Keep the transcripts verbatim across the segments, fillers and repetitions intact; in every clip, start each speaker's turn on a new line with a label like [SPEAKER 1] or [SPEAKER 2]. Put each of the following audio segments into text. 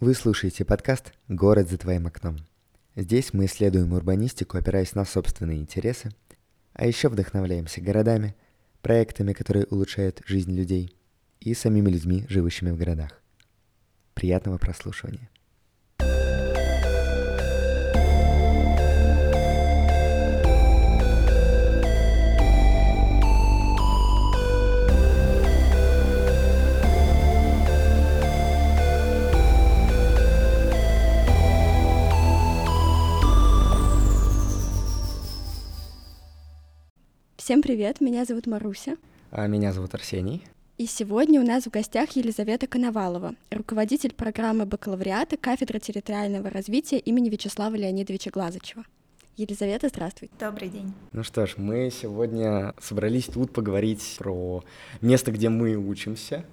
[SPEAKER 1] Вы слушаете подкаст «Город за твоим окном». Здесь мы исследуем урбанистику, опираясь на собственные интересы, а еще вдохновляемся городами, проектами, которые улучшают жизнь людей, и самими людьми, живущими в городах. Приятного прослушивания.
[SPEAKER 2] Всем привет, меня зовут Маруся.
[SPEAKER 1] А меня зовут Арсений.
[SPEAKER 2] И сегодня у нас в гостях Елизавета Коновалова, руководитель программы бакалавриата кафедры территориального развития имени Вячеслава Леонидовича Глазычева. Елизавета, здравствуйте.
[SPEAKER 3] Добрый день.
[SPEAKER 1] Ну что ж, мы сегодня собрались тут поговорить про место, где мы учимся,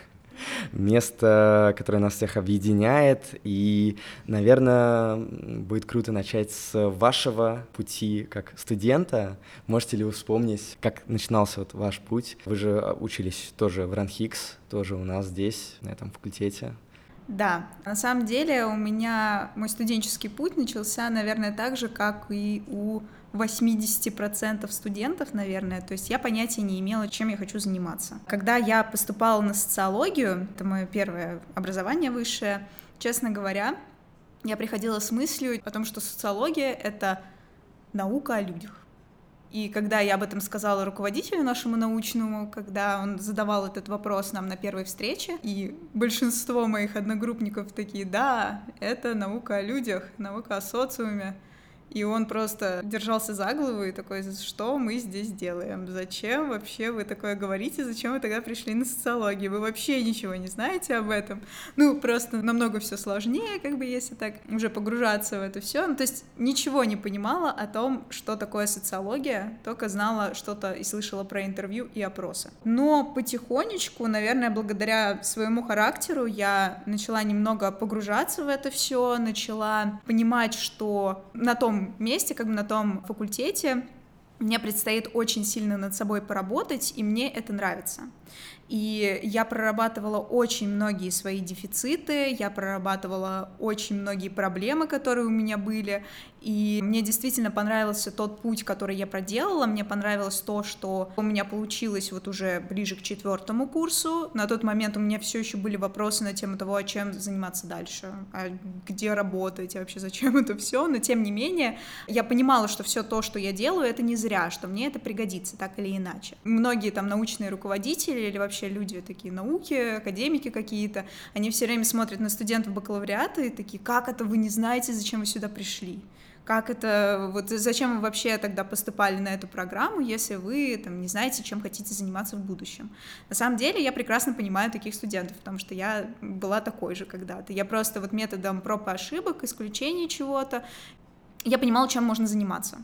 [SPEAKER 1] место, которое нас всех объединяет, и, наверное, будет круто начать с вашего пути как студента. Можете ли вы вспомнить, как начинался вот ваш путь? Вы же учились тоже в РАНХИКС, тоже у нас здесь, на этом факультете.
[SPEAKER 3] Да, на самом деле у меня мой студенческий путь начался, наверное, так же, как и у восемьдесят процентов студентов, наверное, то есть я понятия не имела, чем я хочу заниматься. Когда я поступала на социологию, это мое первое образование высшее, честно говоря, я приходила с мыслью о том, что социология — это наука о людях. И когда я об этом сказала руководителю нашему научному, когда он задавал этот вопрос нам на первой встрече, и большинство моих одногруппников такие: да, это наука о людях, наука о социуме. И он просто держался за голову и такой: что мы здесь делаем? Зачем вообще вы такое говорите? Зачем вы тогда пришли на социологию? Вы вообще ничего не знаете об этом. Ну, просто намного все сложнее, как бы, если так уже погружаться в это все. Ну, то есть ничего не понимала о том, что такое социология, только знала что-то и слышала про интервью и опросы. Но потихонечку, наверное, благодаря своему характеру я начала немного погружаться в это все, начала понимать, что на том месте, как бы на том факультете, мне предстоит очень сильно над собой поработать, и мне это нравится. И я прорабатывала очень многие свои дефициты, я прорабатывала очень многие проблемы, которые у меня были, и мне действительно понравился тот путь, который я проделала, мне понравилось то, что у меня получилось вот уже ближе к четвертому курсу. На тот момент у меня все еще были вопросы на тему того, а чем заниматься дальше, а где работать, а вообще зачем это все, но тем не менее я понимала, что все то, что я делаю, это не зря, что мне это пригодится так или иначе. Многие там научные руководители или вообще люди такие науки, академики какие-то, они все время смотрят на студентов бакалавриата и такие: как это вы не знаете, зачем вы сюда пришли? Как это, вот зачем вы вообще тогда поступали на эту программу, если вы там не знаете, чем хотите заниматься в будущем? На самом деле я прекрасно понимаю таких студентов, потому что я была такой же когда-то. Я просто вот методом проб и ошибок, исключения чего-то, я понимала, чем можно заниматься.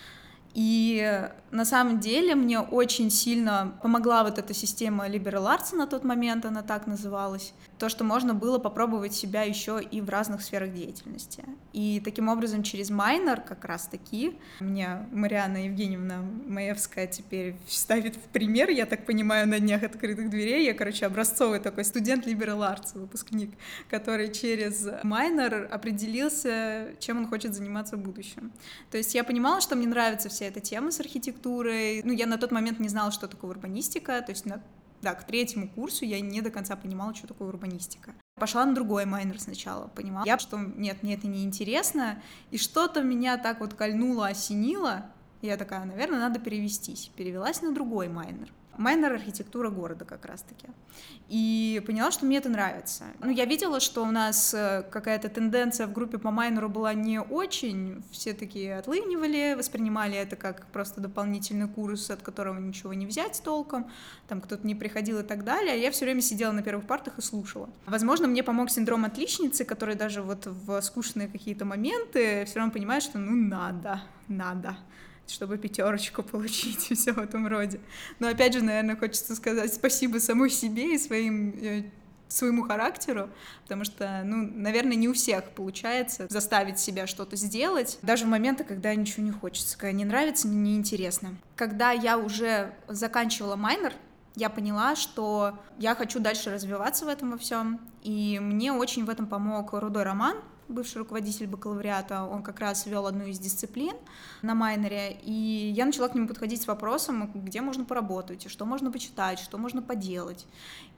[SPEAKER 3] И на самом деле мне очень сильно помогла вот эта система Liberal Arts на тот момент, она так называлась, то, что можно было попробовать себя еще и в разных сферах деятельности. И таким образом через майнер как раз-таки меня Марианна Евгеньевна Маевская теперь ставит в пример, я так понимаю, на днях открытых дверей. Я, короче, образцовый такой студент Liberal Arts, выпускник, который через майнер определился, чем он хочет заниматься в будущем. То есть я понимала, что мне нравится вся эта тема с архитектурой. Ну, я на тот момент не знала, что такое урбанистика, то есть на Да, к третьему курсу я не до конца понимала, что такое урбанистика. Пошла на другой майнер сначала, понимала, я, что нет, мне это не интересно, и что-то меня так вот кольнуло, осенило, и я такая: наверное, надо перевестись. Перевелась на другой майнер. Майнер архитектура города как раз-таки. И поняла, что мне это нравится. Ну, я видела, что у нас какая-то тенденция в группе по майнеру была не очень. Все такие отлынивали, воспринимали это как просто дополнительный курс, от которого ничего не взять толком. Там кто-то не приходил и так далее. А я все время сидела на первых партах и слушала. Возможно, мне помог синдром отличницы, который даже вот в скучные какие-то моменты все равно понимает, что ну надо, надо. чтобы пятерочку получить и все в этом роде. Но опять же, наверное, хочется сказать спасибо самой себе и своим, своему характеру, потому что, ну, наверное, не у всех получается заставить себя что-то сделать, даже в моменты, когда ничего не хочется, когда не нравится, не интересно. Когда я уже заканчивала майнер, я поняла, что я хочу дальше развиваться в этом во всем, и мне очень в этом помог Рудой Роман, бывший руководитель бакалавриата. Он как раз вел одну из дисциплин на майнере, и я начала к нему подходить с вопросом, где можно поработать, что можно почитать, что можно поделать.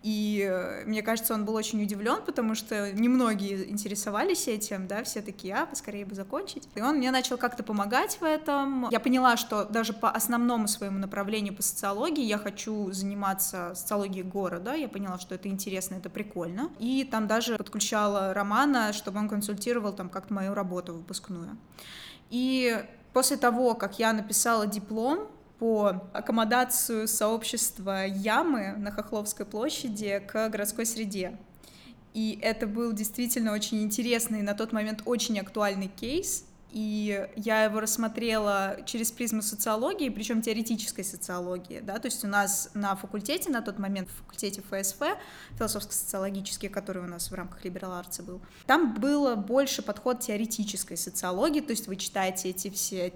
[SPEAKER 3] И мне кажется, он был очень удивлен, потому что немногие интересовались этим, да, все такие, а, поскорее бы закончить. И он мне начал как-то помогать в этом. Я поняла, что даже по основному своему направлению, по социологии, я хочу заниматься социологией города. Я поняла, что это интересно, это прикольно. И там даже подключала Романа, чтобы он консультировал там как-то мою работу выпускную. И после того, как я написала диплом по аккомодацию сообщества Ямы на Хохловской площади к городской среде. И это был действительно очень интересный, на тот момент очень актуальный кейс, и я его рассмотрела через призму социологии, причем теоретической социологии, да, то есть у нас на факультете, на тот момент, в факультете эф эс эф, философско-социологический, который у нас в рамках либерал-артса был, там было больше подход теоретической социологии, то есть вы читаете эти все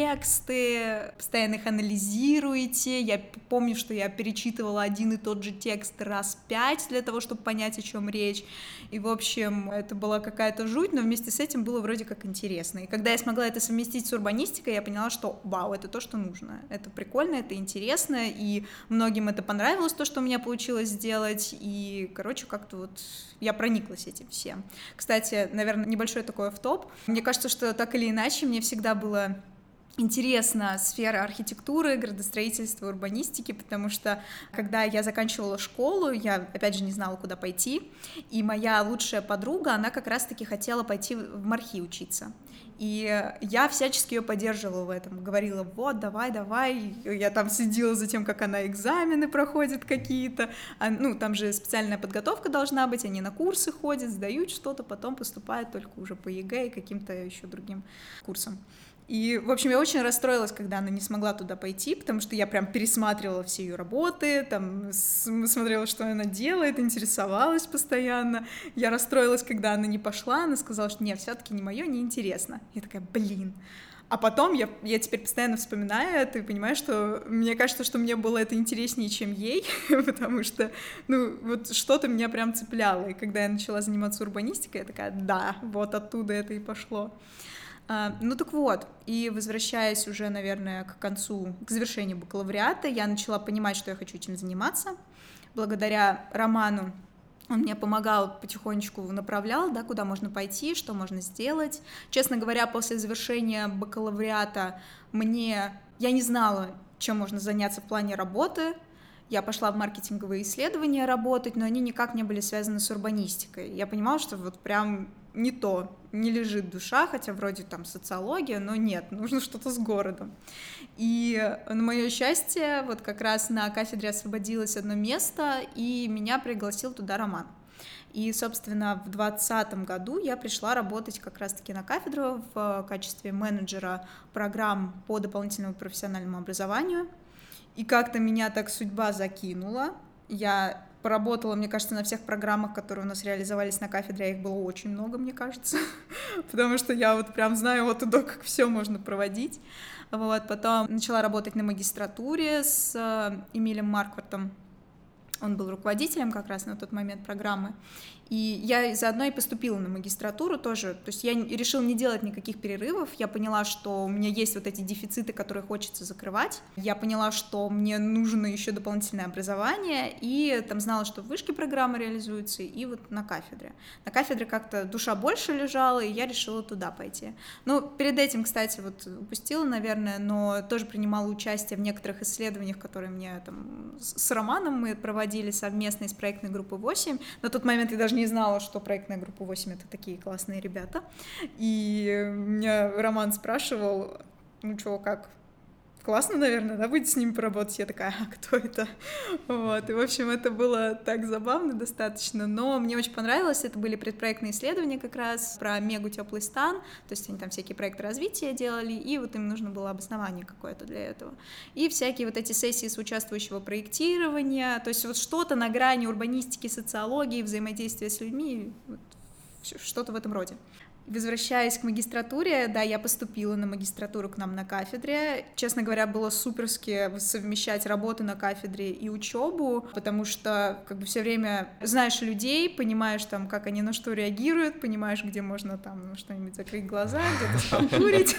[SPEAKER 3] тексты, постоянно их анализируете. Я помню, что я перечитывала один и тот же текст раз пять для того, чтобы понять, о чем речь, и, в общем, это была какая-то жуть, но вместе с этим было вроде как интересно. И когда я смогла это совместить с урбанистикой, я поняла, что вау, это то, что нужно. Это прикольно, это интересно, и многим это понравилось, то, что у меня получилось сделать, и, короче, как-то вот я прониклась этим всем. Кстати, наверное, небольшой такой офф-топ. Мне кажется, что так или иначе мне всегда было интересна сфера архитектуры, градостроительства, урбанистики, потому что, когда я заканчивала школу, я, опять же, не знала, куда пойти, и моя лучшая подруга, она как раз-таки хотела пойти в МАРХИ учиться. И я всячески ее поддерживала в этом, говорила, вот, давай, давай, я там следила за тем, как она экзамены проходит какие-то, а, ну, там же специальная подготовка должна быть, они на курсы ходят, сдают что-то, потом поступают только уже по ЕГЭ и каким-то еще другим курсам. И, в общем, я очень расстроилась, когда она не смогла туда пойти, потому что я прям пересматривала все ее работы, там, смотрела, что она делает, интересовалась постоянно. Я расстроилась, когда она не пошла, она сказала, что нет, все-таки не мое, не интересно. Я такая, блин. А потом я, я теперь постоянно вспоминаю это и понимаю, что мне кажется, что мне было это интереснее, чем ей, потому что, ну, вот что-то меня прям цепляло. И когда я начала заниматься урбанистикой, я такая, да, вот оттуда это и пошло. Uh, ну так вот, и возвращаясь уже, наверное, к концу, к завершению бакалавриата, я начала понимать, что я хочу этим заниматься. Благодаря Роману он мне помогал, потихонечку направлял, да, куда можно пойти, что можно сделать. Честно говоря, после завершения бакалавриата мне... я не знала, чем можно заняться в плане работы. Я пошла в маркетинговые исследования работать, но они никак не были связаны с урбанистикой. Я понимала, что вот прям не то, не лежит душа, хотя вроде там социология, но нет, нужно что-то с городом. И на мое счастье, вот как раз на кафедре освободилось одно место, и меня пригласил туда Роман. И, собственно, в двадцатом году я пришла работать как раз-таки на кафедру в качестве менеджера программ по дополнительному профессиональному образованию. И как-то меня так судьба закинула. Я поработала, мне кажется, на всех программах, которые у нас реализовались на кафедре, а их было очень много, мне кажется, потому что я вот прям знаю от и до, как все можно проводить. Вот, потом начала работать на магистратуре с Эмилем Марквартом. Он был руководителем как раз на тот момент программы. И я заодно и поступила на магистратуру тоже. То есть я решила не делать никаких перерывов. Я поняла, что у меня есть вот эти дефициты, которые хочется закрывать. Я поняла, что мне нужно еще дополнительное образование. И там знала, что в вышке программы реализуются, и вот на кафедре. На кафедре как-то душа больше лежала, и я решила туда пойти. Ну, перед этим, кстати, вот упустила, наверное, но тоже принимала участие в некоторых исследованиях, которые мне там с Романом мы проводили совместно из проектной группы восемь. На тот момент я даже не знала, что проектная группа восемь — это такие классные ребята. И меня Роман спрашивал, ну что, как? Классно, наверное, да, будет с ними поработать? Я такая, а кто это? Вот, и, в общем, это было так забавно достаточно, но мне очень понравилось, это были предпроектные исследования как раз про Мегу Теплый Стан, то есть они там всякие проекты развития делали, и вот им нужно было обоснование какое-то для этого. И всякие вот эти сессии с участвующего проектирования, то есть вот что-то на грани урбанистики, социологии, взаимодействия с людьми, вот, что-то в этом роде. Возвращаясь к магистратуре, да, я поступила на магистратуру к нам на кафедре. Честно говоря, было суперски совмещать работу на кафедре и учебу, потому что как бы все время знаешь людей, понимаешь там, как они на что реагируют, понимаешь, где можно там ну, что-нибудь закрыть глаза, где-то схалтурить.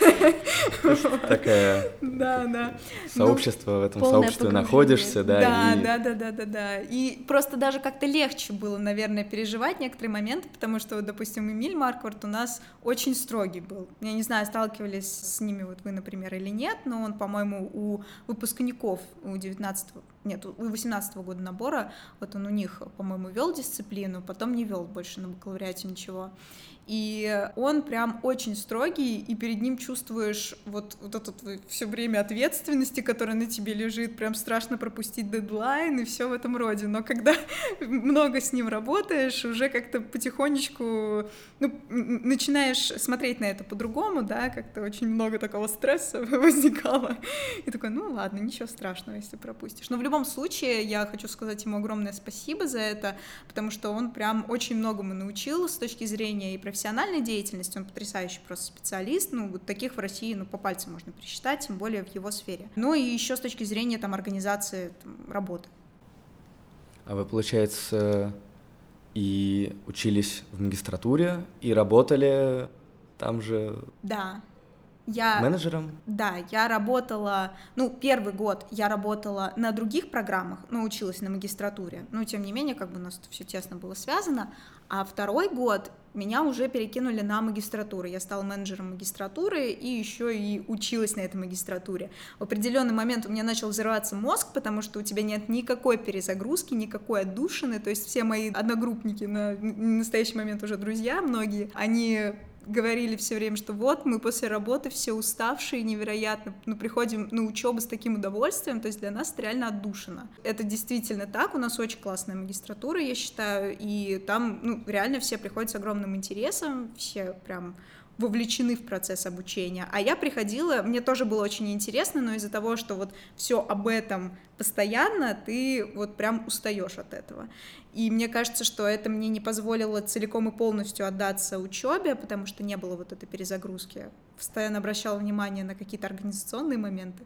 [SPEAKER 1] Такая сообщество, в этом сообществе находишься, да.
[SPEAKER 3] Да, да, да, да, да, да. И просто даже как-то легче было, наверное, переживать некоторые моменты, потому что, допустим, Эмиль Марквард у нас очень строгий был. Я не знаю, сталкивались с ними вот вы, например, или нет, но он, по-моему, у выпускников у девятнадцатого, нет, у восемнадцатого года набора, вот он у них, по-моему, вел дисциплину, потом не вел больше на бакалавриате ничего. И он прям очень строгий, и перед ним чувствуешь вот, вот это все время ответственности, которая на тебе лежит, прям страшно пропустить дедлайн и все в этом роде. Но когда много с ним работаешь, уже как-то потихонечку ну, начинаешь смотреть на это по-другому, да, как-то очень много такого стресса возникало. И такой, ну ладно, ничего страшного, если пропустишь. Но в любом случае я хочу сказать ему огромное спасибо за это, потому что он прям очень многому научил с точки зрения и профессиональной профессиональной деятельности, он потрясающий просто специалист, ну, вот таких в России, ну, по пальцам можно пересчитать, тем более в его сфере. Ну, и еще с точки зрения, там, организации там, работы.
[SPEAKER 1] А вы, получается, и учились в магистратуре, и работали там же?
[SPEAKER 3] Да. Я,
[SPEAKER 1] менеджером?
[SPEAKER 3] Да, я работала, ну, первый год я работала на других программах, но училась на магистратуре, но, тем не менее, как бы у нас это все тесно было связано, а второй год меня уже перекинули на магистратуру, я стала менеджером магистратуры и еще и училась на этой магистратуре. В определенный момент у меня начал взрываться мозг, потому что у тебя нет никакой перезагрузки, никакой отдушины, то есть все мои одногруппники на настоящий момент уже друзья, многие, они говорили все время, что вот мы после работы все уставшие, невероятно, ну, приходим на учебу с таким удовольствием, то есть для нас это реально отдушина. Это действительно так, у нас очень классная магистратура, я считаю, и там, ну, реально все приходят с огромным интересом, все прям вовлечены в процесс обучения, а я приходила, мне тоже было очень интересно, но из-за того, что вот все об этом постоянно, ты вот прям устаешь от этого. И мне кажется, что это мне не позволило целиком и полностью отдаться учебе, потому что не было вот этой перезагрузки. Постоянно обращала внимание на какие-то организационные моменты,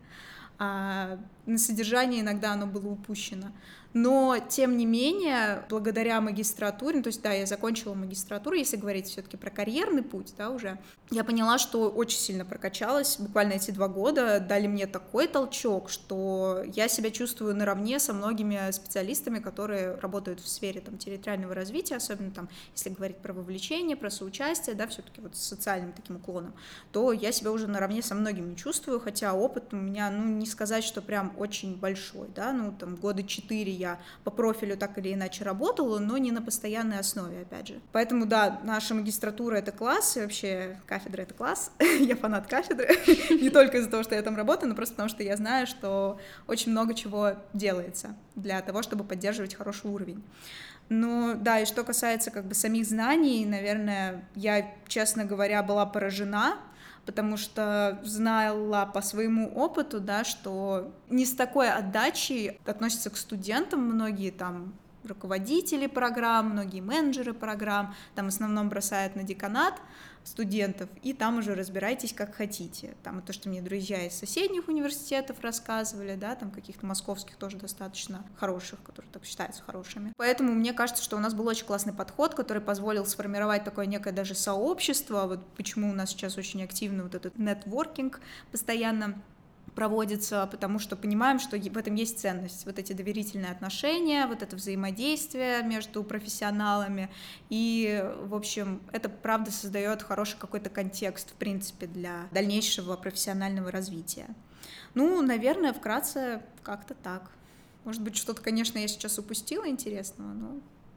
[SPEAKER 3] а на содержание иногда оно было упущено. Но, тем не менее, благодаря магистратуре, ну, то есть, да, я закончила магистратуру, если говорить все-таки про карьерный путь, да, уже, я поняла, что очень сильно прокачалась, буквально эти два года дали мне такой толчок, что я себя чувствую наравне со многими специалистами, которые работают в сфере, там, территориального развития, особенно, там, если говорить про вовлечение, про соучастие, да, все-таки вот с социальным таким уклоном, то я себя уже наравне со многими чувствую, хотя опыт у меня, ну, не сказать, что прям очень большой, да, ну, там, года четыре я по профилю так или иначе работала, но не на постоянной основе, опять же. Поэтому, да, наша магистратура — это класс, и вообще кафедра — это класс. Я фанат кафедры, не только из-за того, что я там работаю, но просто потому, что я знаю, что очень много чего делается для того, чтобы поддерживать хороший уровень. Ну, да, и что касается как бы самих знаний, наверное, я, честно говоря, была поражена, потому что знала по своему опыту, да, что не с такой отдачей относятся к студентам многие там руководители программ, многие менеджеры программ, там в основном бросают на деканат студентов, и там уже разбирайтесь как хотите. Там то, что мне друзья из соседних университетов рассказывали, да, там каких-то московских тоже достаточно хороших, которые так считаются хорошими. Поэтому мне кажется, что у нас был очень классный подход, который позволил сформировать такое некое даже сообщество, вот почему у нас сейчас очень активно вот этот нетворкинг постоянно проводится, потому что понимаем, что в этом есть ценность, вот эти доверительные отношения, вот это взаимодействие между профессионалами, и, в общем, это, правда, создает хороший какой-то контекст, в принципе, для дальнейшего профессионального развития. Ну, наверное, вкратце как-то так. Может быть, что-то, конечно, я сейчас упустила интересного, но...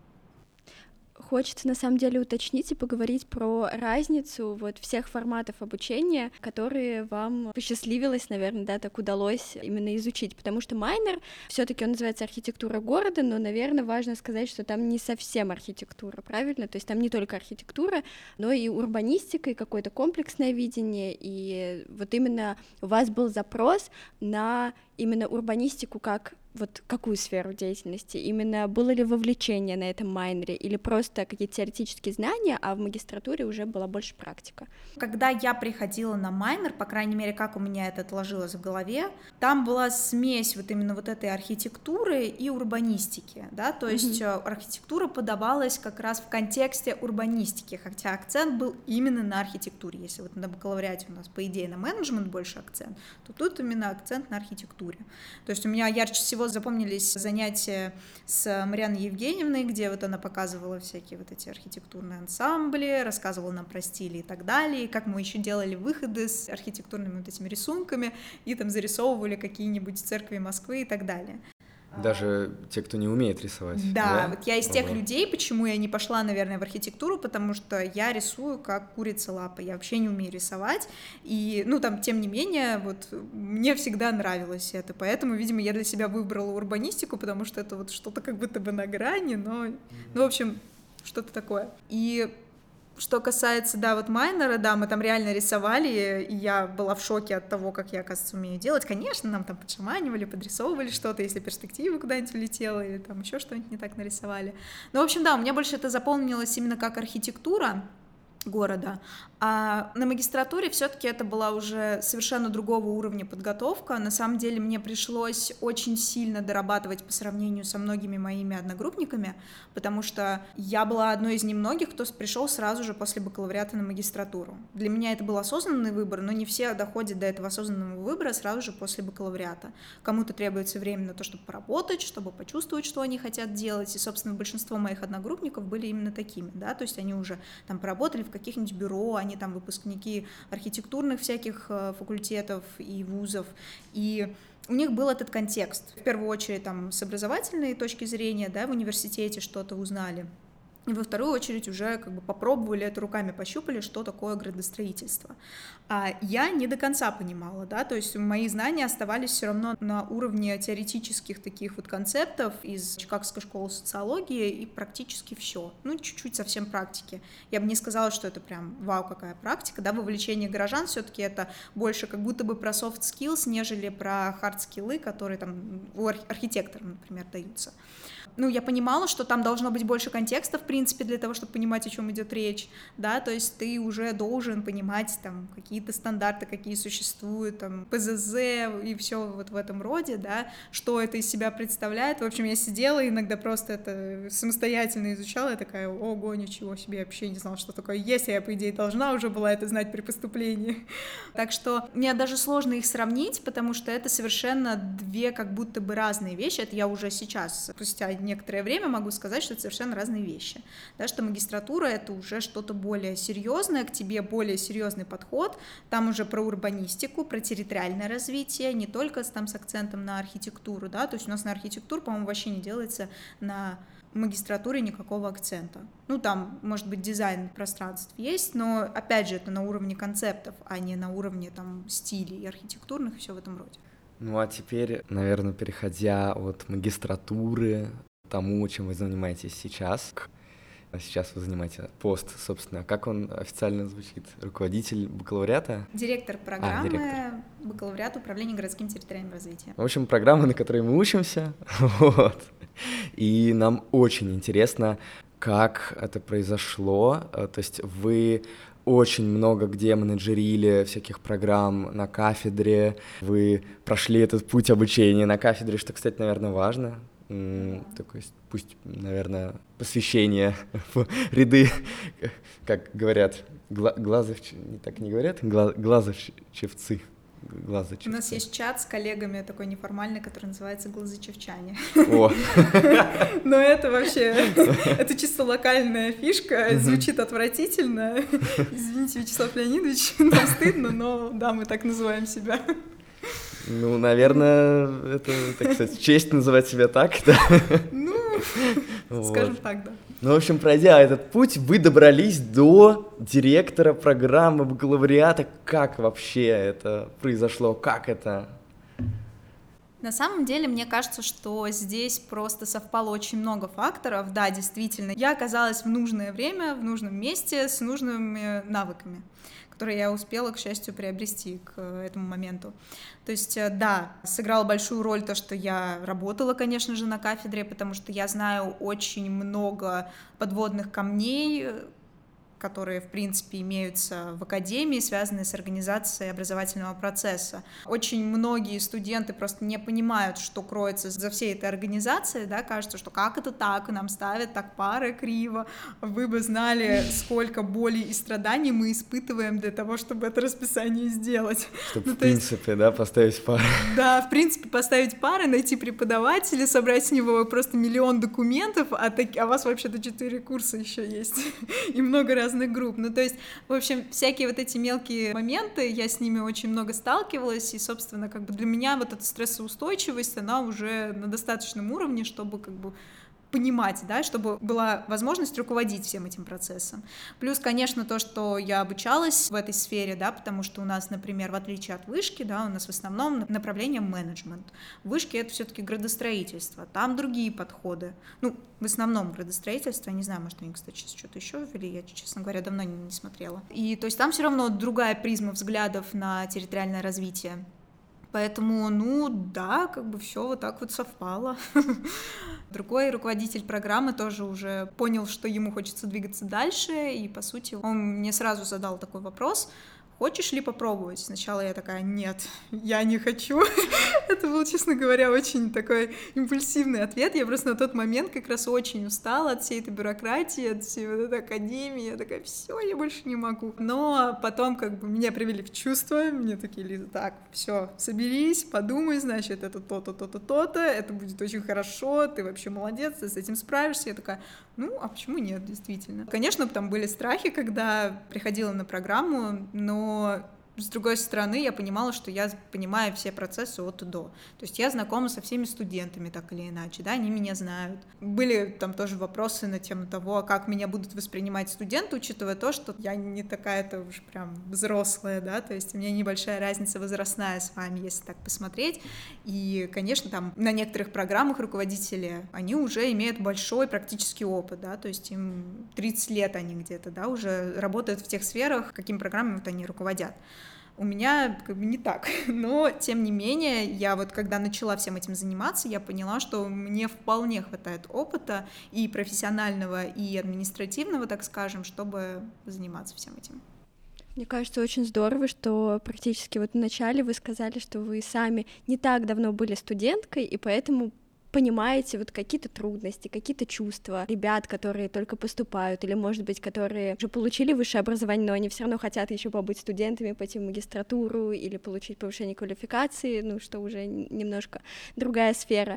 [SPEAKER 2] Хочется, на самом деле, уточнить и поговорить про разницу вот всех форматов обучения, которые вам посчастливилось, наверное, да, так удалось именно изучить, потому что майнер, все-таки он называется архитектура города, но, наверное, важно сказать, что там не совсем архитектура, правильно? То есть там не только архитектура, но и урбанистика, и какое-то комплексное видение, и вот именно у вас был запрос на именно урбанистику как вот какую сферу деятельности? Именно было ли вовлечение на этом майнере или просто какие-то теоретические знания, а в магистратуре уже была больше практика?
[SPEAKER 3] Когда я приходила на майнер, по крайней мере, как у меня это отложилось в голове, там была смесь вот именно вот этой архитектуры и урбанистики, да, то есть mm-hmm. архитектура подавалась как раз в контексте урбанистики, хотя акцент был именно на архитектуре. Если вот на бакалавриате у нас, по идее, на менеджмент больше акцент, то тут именно акцент на архитектуре. То есть у меня ярче всего запомнились занятия с Марианной Евгеньевной, где вот она показывала всякие вот эти архитектурные ансамбли, рассказывала нам про стили и так далее, и как мы еще делали выходы с архитектурными вот этими рисунками и там зарисовывали какие-нибудь церкви Москвы и так далее.
[SPEAKER 1] Даже те, кто не умеет рисовать.
[SPEAKER 3] Да,
[SPEAKER 1] да?
[SPEAKER 3] вот я из тех
[SPEAKER 1] Ого.
[SPEAKER 3] людей, почему я не пошла, наверное, в архитектуру, потому что я рисую как курица лапа, я вообще не умею рисовать, и, ну, там, тем не менее, вот, мне всегда нравилось это, поэтому, видимо, я для себя выбрала урбанистику, потому что это вот что-то как будто бы на грани, но, ну, в общем, что-то такое. И что касается, да, вот майнера, да, мы там реально рисовали, и я была в шоке от того, как я, оказывается, умею делать. Конечно, нам там подшаманивали, подрисовывали что-то, если перспектива куда-нибудь улетела, или там еще что-нибудь не так нарисовали. Ну, в общем, да, у меня больше это запомнилось именно как архитектура города, а на магистратуре все-таки это была уже совершенно другого уровня подготовка. На самом деле мне пришлось очень сильно дорабатывать по сравнению со многими моими одногруппниками, потому что я была одной из немногих, кто пришел сразу же после бакалавриата на магистратуру. Для меня это был осознанный выбор, но не все доходят до этого осознанного выбора сразу же после бакалавриата. Кому-то требуется время на то, чтобы поработать, чтобы почувствовать, что они хотят делать, и, собственно, большинство моих одногруппников были именно такими, да, то есть они уже там поработали в каких-нибудь бюро, они там выпускники архитектурных всяких факультетов и вузов, и у них был этот контекст. В первую очередь там с образовательной точки зрения, да, в университете что-то узнали, и во вторую очередь уже как бы попробовали это руками, пощупали, что такое градостроительство. А я не до конца понимала, да, то есть мои знания оставались все равно на уровне теоретических таких вот концептов из Чикагской школы социологии, и практически все, ну, чуть-чуть совсем практики. Я бы не сказала, что это прям вау, какая практика, да, вовлечение горожан все-таки это больше как будто бы про soft skills, нежели про hard skills, которые там у архитекторов, например, даются. Ну, я понимала, что там должно быть больше контекста, в принципе, для того, чтобы понимать, о чем идет речь, да, то есть ты уже должен понимать там какие-то стандарты, какие существуют, там, пэ зэ зэ и все вот в этом роде, да, что это из себя представляет. В общем, я сидела и иногда просто это самостоятельно изучала, я такая, ого, ничего себе, я вообще не знала, что такое есть, я, по идее, должна уже была это знать при поступлении. Так что мне даже сложно их сравнить, потому что это совершенно две как будто бы разные вещи, это я уже сейчас, спустя некоторое время могу сказать, что это совершенно разные вещи, да, что магистратура — это уже что-то более серьезное, к тебе более серьезный подход, там уже про урбанистику, про территориальное развитие, не только там с акцентом на архитектуру, да, то есть у нас на архитектуру, по-моему, вообще не делается на магистратуре никакого акцента. Ну, там, может быть, дизайн пространств есть, но, опять же, это на уровне концептов, а не на уровне там стилей архитектурных и все в этом роде.
[SPEAKER 1] Ну, а теперь, наверное, переходя от магистратуры к тому, чем вы занимаетесь сейчас. Сейчас вы занимаете пост, собственно. Как он официально звучит? Руководитель бакалавриата?
[SPEAKER 3] Директор программы
[SPEAKER 1] а, директор.
[SPEAKER 3] бакалавриата управления городским территориальным развитием.
[SPEAKER 1] В общем, программа, на которой мы учимся. Вот. И нам очень интересно, как это произошло. То есть вы очень много где менеджерили всяких программ на кафедре, вы прошли этот путь обучения на кафедре, что, кстати, наверное, важно. Такое, пусть, наверное, посвящение в ряды, как говорят, гла- глазовч... не так не говорят, Гла- глазовчевцы. Глазочевцы.
[SPEAKER 3] У нас есть чат с коллегами такой неформальный, который называется «Глазочевчане».
[SPEAKER 1] О.
[SPEAKER 3] Но это вообще, это чисто локальная фишка, звучит отвратительно. Извините, Вячеслав Леонидович, нам стыдно, но да, мы так называем себя.
[SPEAKER 1] Ну, наверное, это, так сказать, честь называть себя так, да?
[SPEAKER 3] Ну, вот. Скажем так, да.
[SPEAKER 1] Ну, в общем, пройдя этот путь, вы добрались до директора программы бакалавриата. Как вообще это произошло? Как это?
[SPEAKER 3] На самом деле, мне кажется, что здесь просто совпало очень много факторов. Да, действительно, я оказалась в нужное время, в нужном месте, с нужными навыками, которые я успела, к счастью, приобрести к этому моменту. То есть, да, сыграло большую роль то, что я работала, конечно же, на кафедре, потому что я знаю очень много подводных камней, которые, в принципе, имеются в академии, связанные с организацией образовательного процесса. Очень многие студенты просто не понимают, что кроется за всей этой организацией, да, кажется, что как это так, нам ставят так пары криво, вы бы знали, сколько боли и страданий мы испытываем для того, чтобы это расписание сделать.
[SPEAKER 1] Чтобы,
[SPEAKER 3] ну,
[SPEAKER 1] в принципе, есть, да, поставить пары.
[SPEAKER 3] Да, в принципе, поставить пары, найти преподавателя, собрать с него просто миллион документов, а, так, а у вас вообще-то четыре курса еще есть, и много раз групп. Ну, то есть, в общем, всякие вот эти мелкие моменты, я с ними очень много сталкивалась, и, собственно, как бы для меня вот эта стрессоустойчивость, она уже на достаточном уровне, чтобы как бы понимать, да, чтобы была возможность руководить всем этим процессом. Плюс, конечно, то, что я обучалась в этой сфере, да, потому что у нас, например, в отличие от вышки, да, у нас в основном направление менеджмент. В вышке это все-таки градостроительство, там другие подходы. Ну, в основном градостроительство, я не знаю, может, они, кстати, что-то еще ввели, я, честно говоря, давно не, не смотрела. И, то есть, там все равно другая призма взглядов на территориальное развитие. Поэтому, ну да, как бы все вот так вот совпало. Другой руководитель программы тоже уже понял, что ему хочется двигаться дальше, и, по сути, он мне сразу задал такой вопрос: хочешь ли попробовать? Сначала я такая: нет, я не хочу. Это был, честно говоря, очень такой импульсивный ответ. Я просто на тот момент как раз очень устала от всей этой бюрократии, от всей вот этой академии. Я такая: все, я больше не могу. Но потом как бы меня привели в чувство. Мне такие: Лиза, так, все, соберись, подумай, значит, это то-то, то-то, то-то, это будет очень хорошо, ты вообще молодец, ты с этим справишься. Я такая: ну, а почему нет, действительно. Конечно, там были страхи, когда приходила на программу, но с другой стороны, я понимала, что я понимаю все процессы от и до. То есть я знакома со всеми студентами так или иначе, да, они меня знают. Были там тоже вопросы на тему того, как меня будут воспринимать студенты, учитывая то, что я не такая-то уж прям взрослая, да, то есть у меня небольшая разница возрастная с вами, если так посмотреть. И, конечно, там на некоторых программах руководители, они уже имеют большой практический опыт, да, то есть им тридцать лет они где-то, да, уже работают в тех сферах, какими программами вот они руководят. У меня как бы не так, но тем не менее, я вот когда начала всем этим заниматься, я поняла, что мне вполне хватает опыта и профессионального, и административного, так скажем, чтобы заниматься всем этим.
[SPEAKER 2] Мне кажется, очень здорово, что практически вот в начале вы сказали, что вы сами не так давно были студенткой, и поэтому понимаете вот какие-то трудности, какие-то чувства ребят, которые только поступают, или, может быть, которые уже получили высшее образование, но они все равно хотят еще побыть студентами, пойти в магистратуру или получить повышение квалификации, ну, что уже немножко другая сфера,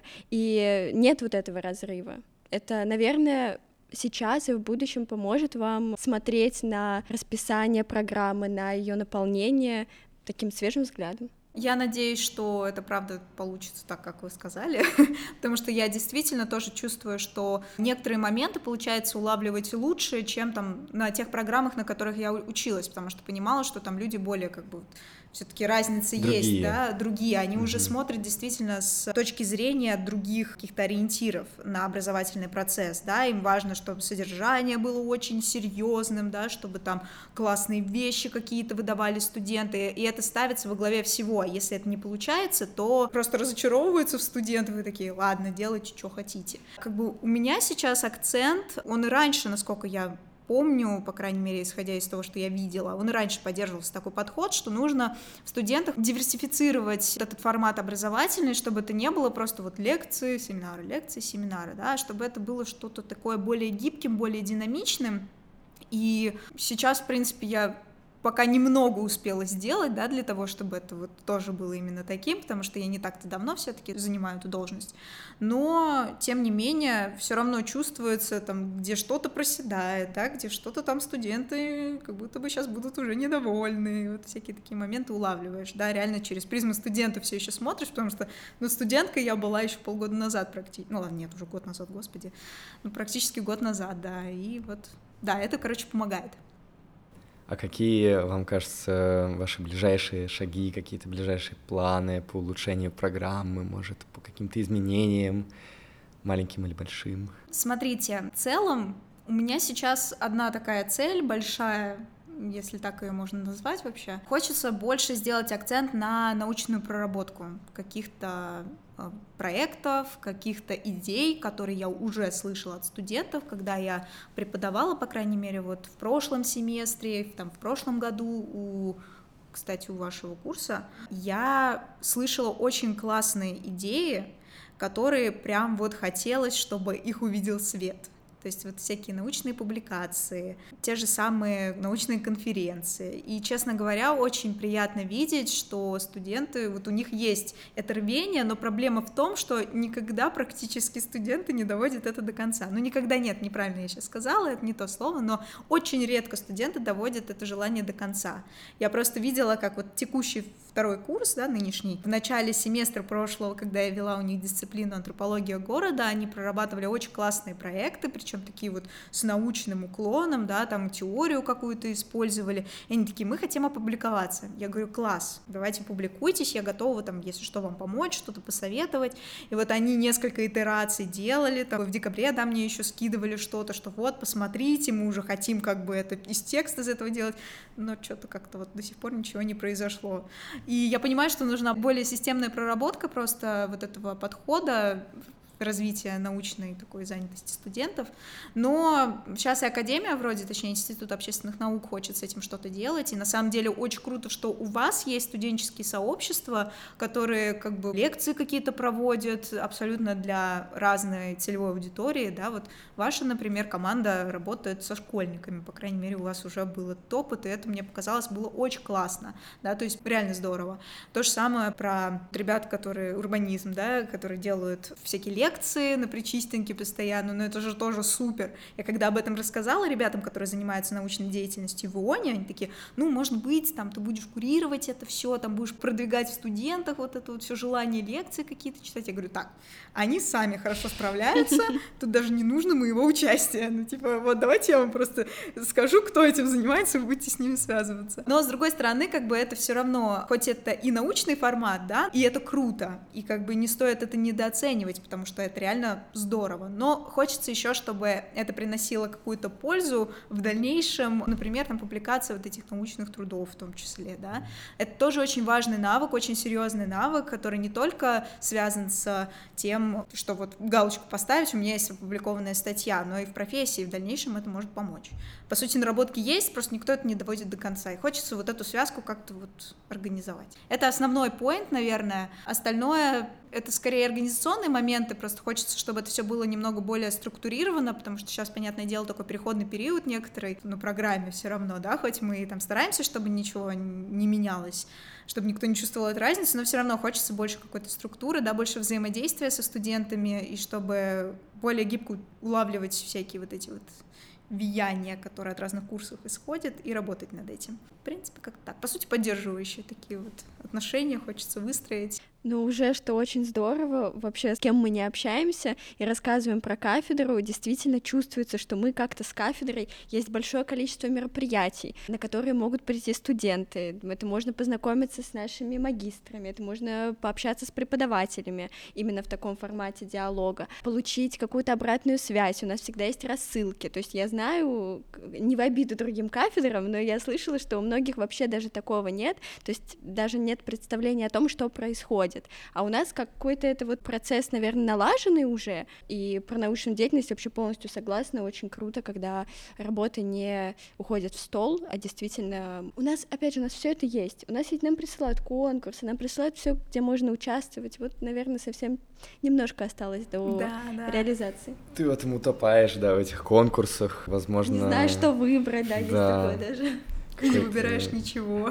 [SPEAKER 2] и нет вот этого разрыва. Это, наверное, сейчас и в будущем поможет вам смотреть на расписание программы, на ее наполнение таким свежим взглядом.
[SPEAKER 3] Я надеюсь, что это правда получится так, как вы сказали, потому что я действительно тоже чувствую, что некоторые моменты получается улавливать лучше, чем там на тех программах, на которых я училась, потому что понимала, что там люди более как бы все-таки разницы другие. Есть, да, другие, они угу. уже смотрят действительно с точки зрения других каких-то ориентиров на образовательный процесс, да, им важно, чтобы содержание было очень серьезным, да, чтобы там классные вещи какие-то выдавали студенты, и это ставится во главе всего, а если это не получается, то просто разочаровываются в студентах и такие: ладно, делайте, что хотите. Как бы у меня сейчас акцент, он и раньше, насколько я помню, по крайней мере, исходя из того, что я видела, он и раньше поддерживался такой подход, что нужно в студентах диверсифицировать этот формат образовательный, чтобы это не было просто вот лекции, семинары, лекции, семинары, да, чтобы это было что-то такое более гибким, более динамичным. И сейчас, в принципе, я пока немного успела сделать, да, для того, чтобы это вот тоже было именно таким, потому что я не так-то давно все-таки занимаю эту должность, но, тем не менее, все равно чувствуется, там, где что-то проседает, да, где что-то там студенты как будто бы сейчас будут уже недовольны, вот всякие такие моменты улавливаешь, да, реально через призму студента все еще смотришь, потому что, ну, студенткой я была еще полгода назад практически, ну, ладно, нет, уже год назад, господи, ну, практически год назад, да, и вот, да, это, короче, помогает.
[SPEAKER 1] А какие, вам кажется, ваши ближайшие шаги, какие-то ближайшие планы по улучшению программы, может, по каким-то изменениям, маленьким или большим?
[SPEAKER 3] Смотрите, в целом у меня сейчас одна такая цель большая, если так ее можно назвать вообще. Хочется больше сделать акцент на научную проработку каких-то проектов, каких-то идей, которые я уже слышала от студентов, когда я преподавала, по крайней мере, вот в прошлом семестре, там, в прошлом году у, кстати, у вашего курса, я слышала очень классные идеи, которые прям вот хотелось, чтобы их увидел свет. То есть вот всякие научные публикации, те же самые научные конференции. И, честно говоря, очень приятно видеть, что студенты, вот у них есть это рвение, но проблема в том, что никогда практически студенты не доводят это до конца. Ну, никогда нет, неправильно я сейчас сказала, это не то слово, но очень редко студенты доводят это желание до конца. Я просто видела, как вот текущий второй курс, да, нынешний, в начале семестра прошлого, когда я вела у них дисциплину антропология города, они прорабатывали очень классные проекты, причем такие вот с научным уклоном, да, там теорию какую-то использовали, и они такие, мы хотим опубликоваться. Я говорю, класс, давайте публикуйтесь, я готова там, если что, вам помочь, что-то посоветовать. И вот они несколько итераций делали, там, в декабре, да, мне еще скидывали что-то, что вот, посмотрите, мы уже хотим как бы это из текста из этого делать, но что-то как-то вот до сих пор ничего не произошло. И я понимаю, что нужна более системная проработка просто вот этого подхода, развития научной такой занятости студентов, но сейчас и академия вроде, точнее Институт общественных наук хочет с этим что-то делать, и на самом деле очень круто, что у вас есть студенческие сообщества, которые как бы лекции какие-то проводят абсолютно для разной целевой аудитории, да, вот ваша, например, команда работает со школьниками, по крайней мере, у вас уже был этот опыт, и это мне показалось было очень классно, да, то есть реально здорово. То же самое про ребят, которые урбанизм, да, которые делают всякие лекции, лекции на Причистенке постоянно, но это же тоже супер. Я когда об этом рассказала ребятам, которые занимаются научной деятельностью в ИОНе, они такие, ну, может быть, там ты будешь курировать это все, там будешь продвигать в студентах вот это вот все желание лекции какие-то читать. Я говорю, так, они сами хорошо справляются, тут даже не нужно моего участия. Ну, типа, вот давайте я вам просто скажу, кто этим занимается, вы будете с ними связываться. Но, с другой стороны, как бы это все равно, хоть это и научный формат, да, и это круто, и как бы не стоит это недооценивать, потому что что это реально здорово, но хочется еще, чтобы это приносило какую-то пользу в дальнейшем, например, там публикация вот этих научных трудов в том числе, да, это тоже очень важный навык, очень серьезный навык, который не только связан с тем, что вот галочку поставить, у меня есть опубликованная статья, но и в профессии в дальнейшем это может помочь. По сути, наработки есть, просто никто это не доводит до конца, и хочется вот эту связку как-то вот организовать. Это основной поинт, наверное, остальное это скорее организационные моменты, просто хочется, чтобы это все было немного более структурировано, потому что сейчас, понятное дело, такой переходный период некоторый на программе все равно, да, хоть мы и там стараемся, чтобы ничего не менялось, чтобы никто не чувствовал этой разницы, но все равно хочется больше какой-то структуры, да, больше взаимодействия со студентами, и чтобы более гибко улавливать всякие вот эти вот влияния, которые от разных курсов исходят, и работать над этим. В принципе, как так. По сути, поддерживающие такие вот отношения хочется выстроить.
[SPEAKER 2] Ну, уже что очень здорово, вообще, с кем мы не общаемся и рассказываем про кафедру, действительно чувствуется, что мы как-то с кафедрой, есть большое количество мероприятий, на которые могут прийти студенты, это можно познакомиться с нашими магистрами, это можно пообщаться с преподавателями именно в таком формате диалога, получить какую-то обратную связь, у нас всегда есть рассылки, то есть я знаю, не в обиду другим кафедрам, но я слышала, что у многих вообще даже такого нет, то есть даже нет представления о том, что происходит. А у нас какой-то это вот процесс, наверное, налаженный уже, и про научную деятельность вообще полностью согласна, очень круто, когда работа не уходит в стол, а действительно... У нас, опять же, у нас все это есть, у нас ведь нам присылают конкурсы, нам присылают все, где можно участвовать, вот, наверное, совсем немножко осталось до
[SPEAKER 3] да, да.
[SPEAKER 2] реализации.
[SPEAKER 1] Ты в этом утопаешь, да, в этих конкурсах, возможно...
[SPEAKER 2] Не знаю, что выбрать, да, есть
[SPEAKER 1] да.
[SPEAKER 2] такое даже.
[SPEAKER 3] Не выбираешь ничего.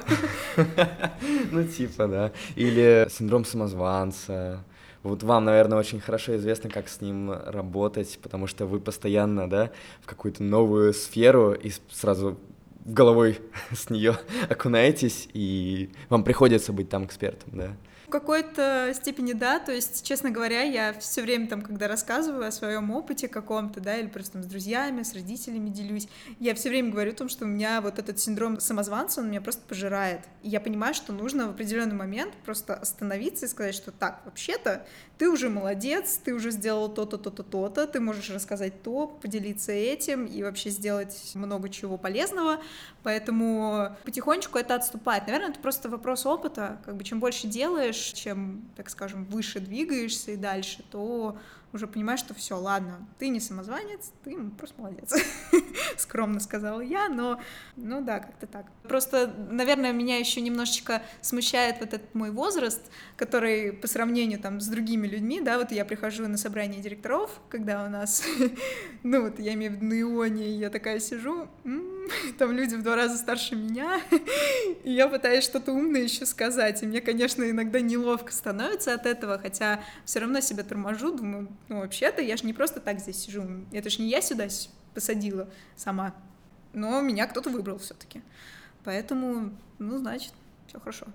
[SPEAKER 1] Ну, типа, да. Или синдром самозванца. Вот вам, наверное, очень хорошо известно, как с ним работать, потому что вы постоянно, да, в какую-то новую сферу и сразу головой с нее окунаетесь, и вам приходится быть там экспертом, да.
[SPEAKER 3] В какой-то степени да, то есть, честно говоря, я все время там, когда рассказываю о своем опыте каком-то, да, или просто там с друзьями, с родителями делюсь, я все время говорю о том, что у меня вот этот синдром самозванца, он меня просто пожирает. И я понимаю, что нужно в определенный момент просто остановиться и сказать, что так, вообще-то ты уже молодец, ты уже сделал то-то, то-то, то-то, ты можешь рассказать то, поделиться этим и вообще сделать много чего полезного, поэтому потихонечку это отступает. Наверное, это просто вопрос опыта, как бы чем больше делаешь, чем, так скажем, выше двигаешься и дальше, то уже понимаешь, что все, ладно, ты не самозванец, ты просто молодец. Скромно сказала я, но, ну да, как-то так. Просто, наверное, меня еще немножечко смущает вот этот мой возраст, который по сравнению там с другими людьми, да, вот я прихожу на собрание директоров, когда у нас, ну вот я имею в виду на Ионе, и я такая сижу, м-м, там люди в два раза старше меня, и я пытаюсь что-то умное еще сказать, и мне, конечно, иногда неловко становится от этого, хотя все равно себя торможу, думаю, ну вообще-то я же не просто так здесь сижу, это ж не я сюда посадила сама, но меня кто-то выбрал все-таки, поэтому, ну, значит, все хорошо.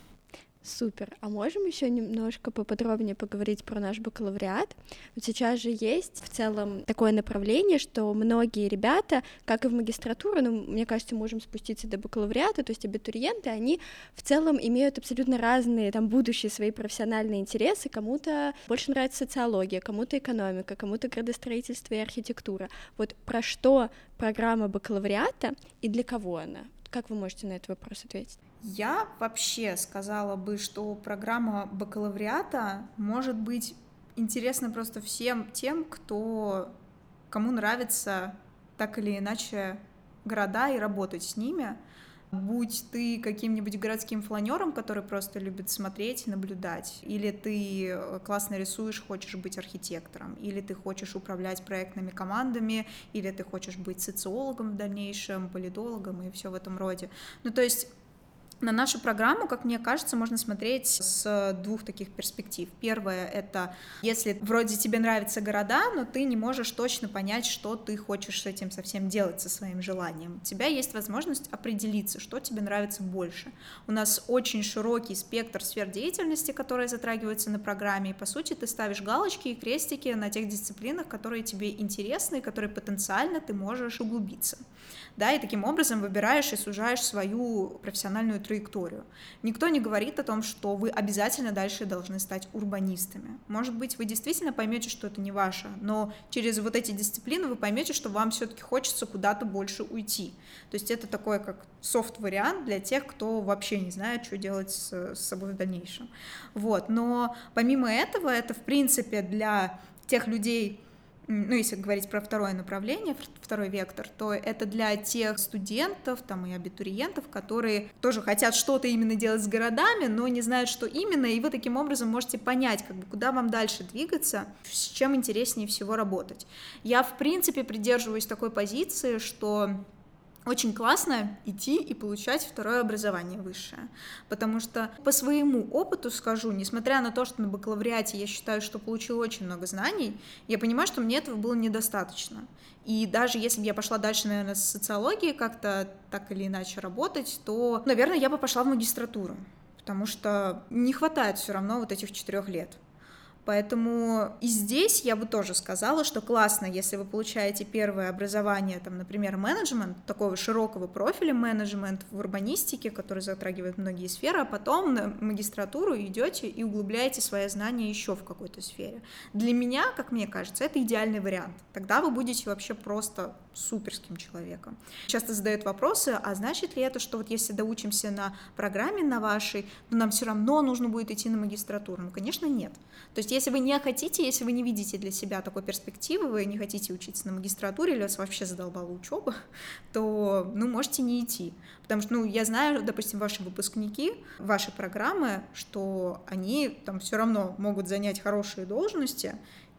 [SPEAKER 2] Супер. А можем еще немножко поподробнее поговорить про наш бакалавриат? Вот сейчас же есть в целом такое направление, что многие ребята, как и в магистратуру, ну, мне кажется, можем спуститься до бакалавриата, то есть абитуриенты, они в целом имеют абсолютно разные там будущие свои профессиональные интересы. Кому-то больше нравится социология, кому-то экономика, кому-то градостроительство и архитектура. Вот про что программа бакалавриата и для кого она? Как вы можете на этот вопрос ответить?
[SPEAKER 3] Я вообще сказала бы, что программа бакалавриата может быть интересна просто всем тем, кто, кому нравится так или иначе города и работать с ними. Будь ты каким-нибудь городским фланером, который просто любит смотреть и наблюдать, или ты классно рисуешь, хочешь быть архитектором, или ты хочешь управлять проектными командами, или ты хочешь быть социологом в дальнейшем, политологом и все в этом роде. Ну, то есть на нашу программу, как мне кажется, можно смотреть с двух таких перспектив. Первое — это если вроде тебе нравятся города, но ты не можешь точно понять, что ты хочешь с этим совсем делать, со своим желанием. У тебя есть возможность определиться, что тебе нравится больше. У нас очень широкий спектр сфер деятельности, которые затрагиваются на программе, и, по сути, ты ставишь галочки и крестики на тех дисциплинах, которые тебе интересны и которые потенциально ты можешь углубиться. Да, и таким образом выбираешь и сужаешь свою профессиональную траекторию. Никто не говорит о том, что вы обязательно дальше должны стать урбанистами. Может быть, вы действительно поймете, что это не ваше, но через вот эти дисциплины вы поймете, что вам все-таки хочется куда-то больше уйти. То есть это такой как софт-вариант для тех, кто вообще не знает, что делать с, с собой в дальнейшем. Вот. Но помимо этого, это в принципе для тех людей, ну, если говорить про второе направление, второй вектор, то это для тех студентов там, и абитуриентов, которые тоже хотят что-то именно делать с городами, но не знают, что именно, и вы таким образом можете понять, как бы, куда вам дальше двигаться, с чем интереснее всего работать. Я, в принципе, придерживаюсь такой позиции, что очень классно идти и получать второе образование высшее, потому что по своему опыту скажу, несмотря на то, что на бакалавриате я считаю, что получила очень много знаний, я понимаю, что мне этого было недостаточно. И даже если бы я пошла дальше, наверное, с социологией как-то так или иначе работать, то, наверное, я бы пошла в магистратуру, потому что не хватает все равно вот этих четырех лет. Поэтому и здесь я бы тоже сказала, что классно, если вы получаете первое образование, там, например, менеджмент, такого широкого профиля менеджмент в урбанистике, который затрагивает многие сферы, а потом на магистратуру идете и углубляете свои знания еще в какой-то сфере. Для меня, как мне кажется, это идеальный вариант. Тогда вы будете вообще просто суперским человеком. Часто задают вопросы, а значит ли это, что вот если доучимся на программе на вашей, то нам все равно нужно будет идти на магистратуру? Ну, конечно, нет. То есть если вы не хотите, если вы не видите для себя такой перспективы, вы не хотите учиться на магистратуре или вас вообще задолбала учеба, то, ну, можете не идти. Потому что, ну, я знаю, допустим, ваши выпускники, ваши программы, что они там все равно могут занять хорошие должности,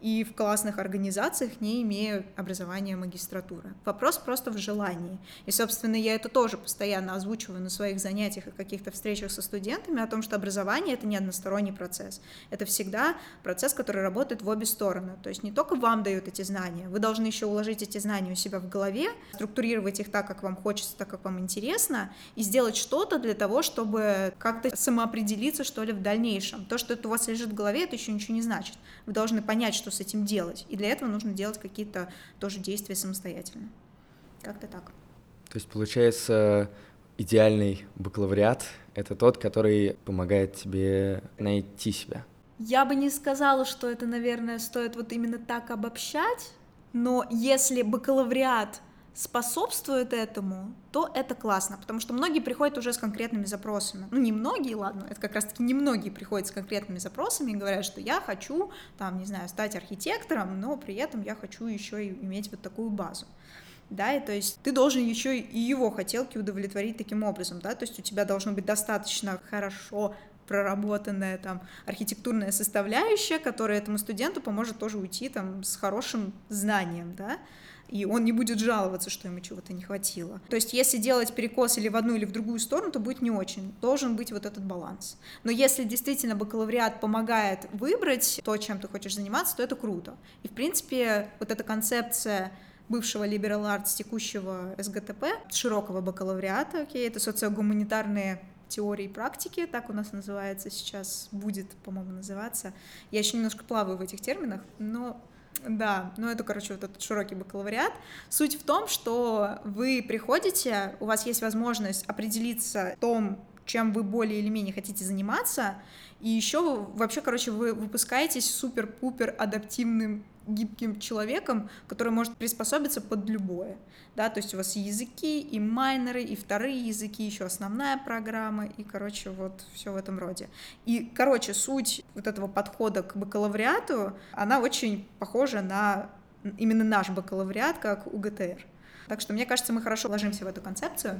[SPEAKER 3] и в классных организациях не имею образования магистратуры. Вопрос просто в желании. И, собственно, я это тоже постоянно озвучиваю на своих занятиях и каких-то встречах со студентами о том, что образование — это не односторонний процесс. Это всегда процесс, который работает в обе стороны. То есть не только вам дают эти знания, вы должны еще уложить эти знания у себя в голове, структурировать их так, как вам хочется, так, как вам интересно, и сделать что-то для того, чтобы как-то самоопределиться, что ли, в дальнейшем. То, что это у вас лежит в голове, это еще ничего не значит. Вы должны понять, что с этим делать, и для этого нужно делать какие-то тоже действия самостоятельно. Как-то так.
[SPEAKER 1] То есть, получается, идеальный бакалавриат — это тот, который помогает тебе найти себя?
[SPEAKER 3] Я бы не сказала, что это, наверное, стоит вот именно так обобщать, но если бакалавриат способствует этому, то это классно, потому что многие приходят уже с конкретными запросами. Ну, не многие, ладно, это как раз-таки не многие приходят с конкретными запросами и говорят, что я хочу, там, не знаю, стать архитектором, но при этом я хочу еще и иметь вот такую базу. Да, и то есть ты должен еще и его хотелки удовлетворить таким образом, да, то есть у тебя должно быть достаточно хорошо проработанная там архитектурная составляющая, которая этому студенту поможет тоже уйти там с хорошим знанием, да, и он не будет жаловаться, что ему чего-то не хватило. То есть если делать перекос или в одну, или в другую сторону, то будет не очень. Должен быть вот этот баланс. Но если действительно бакалавриат помогает выбрать то, чем ты хочешь заниматься, то это круто. И в принципе вот эта концепция бывшего liberal arts, текущего эс гэ тэ пэ, широкого бакалавриата, окей, это социогуманитарные теории и практики, так у нас называется сейчас, будет, по-моему, называться. Я еще немножко плаваю в этих терминах, но да, ну это, короче, вот этот широкий бакалавриат. Суть в том, что вы приходите, у вас есть возможность определиться в том, чем вы более или менее хотите заниматься, и еще вообще, короче, вы выпускаетесь супер-пупер адаптивным гибким человеком, который может приспособиться под любое, да, то есть у вас и языки, и майнеры, и вторые языки, еще основная программа, и, короче, вот все в этом роде. И, короче, суть вот этого подхода к бакалавриату, она очень похожа на именно наш бакалавриат, как у гэ тэ эр. Так что, мне кажется, мы хорошо ложимся в эту концепцию,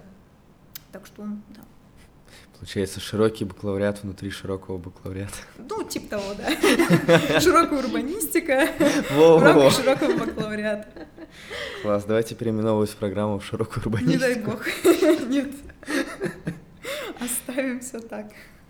[SPEAKER 3] так что, да.
[SPEAKER 1] Получается, широкий бакалавриат внутри широкого бакалавриата.
[SPEAKER 3] Ну, типа того, да. Широкая урбанистика в рамках широкого бакалавриата.
[SPEAKER 1] Класс, давайте переименовывать программу в широкую урбанистику.
[SPEAKER 3] Не дай бог. Нет. Оставим все так.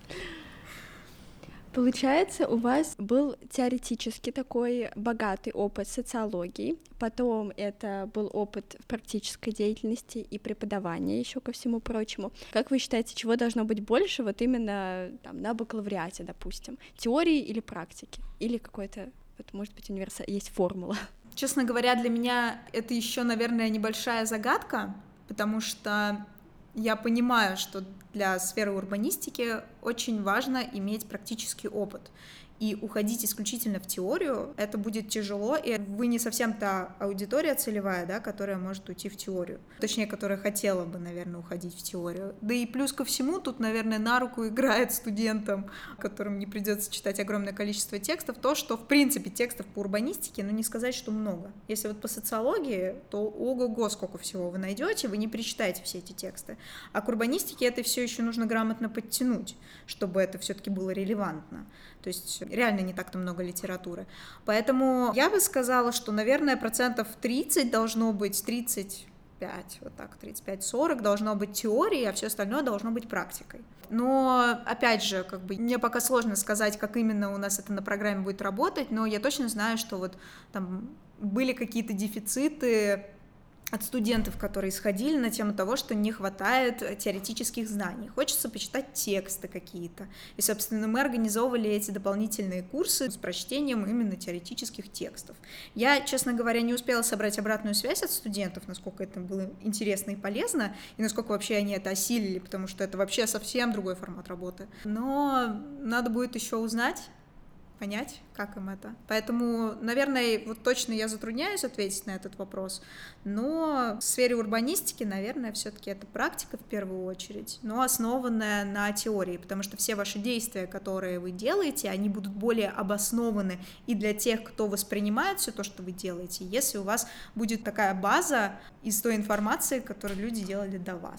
[SPEAKER 2] Получается, у вас был теоретически такой богатый опыт социологии, потом это был опыт в практической деятельности и преподавания, еще ко всему прочему. Как вы считаете, чего должно быть больше вот именно там, на бакалавриате, допустим? Теории или практики? Или какой-то, вот, может быть, универса... есть формула?
[SPEAKER 3] Честно говоря, для меня это еще, наверное, небольшая загадка, потому что я понимаю, что для сферы урбанистики очень важно иметь практический опыт. И уходить исключительно в теорию, это будет тяжело, и вы не совсем та аудитория целевая, да, которая может уйти в теорию. Точнее, которая хотела бы, наверное, уходить в теорию. Да и плюс ко всему, тут, наверное, на руку играет студентам, которым не придется читать огромное количество текстов, то, что, в принципе, текстов по урбанистике, ну, не сказать, что много. Если вот по социологии, то ого-го, сколько всего вы найдете, вы не перечитаете все эти тексты. А к урбанистике это все еще нужно грамотно подтянуть, чтобы это все-таки было релевантно. То есть реально не так-то много литературы. Поэтому я бы сказала, что, наверное, процентов тридцать должно быть, тридцать пять, вот так, тридцать пять сорок должно быть теорией, а все остальное должно быть практикой. Но, опять же, как бы мне пока сложно сказать, как именно у нас это на программе будет работать, но я точно знаю, что вот там были какие-то дефициты от студентов, которые исходили на тему того, что не хватает теоретических знаний. Хочется почитать тексты какие-то. И, собственно, мы организовывали эти дополнительные курсы с прочтением именно теоретических текстов. Я, честно говоря, не успела собрать обратную связь от студентов, насколько это было интересно и полезно, и насколько вообще они это осилили, потому что это вообще совсем другой формат работы. Но надо будет еще узнать, понять, как им это. Поэтому, наверное, вот точно я затрудняюсь ответить на этот вопрос, но в сфере урбанистики, наверное, все-таки это практика в первую очередь, но основанная на теории, потому что все ваши действия, которые вы делаете, они будут более обоснованы и для тех, кто воспринимает все то, что вы делаете, если у вас будет такая база из той информации, которую люди делали до вас.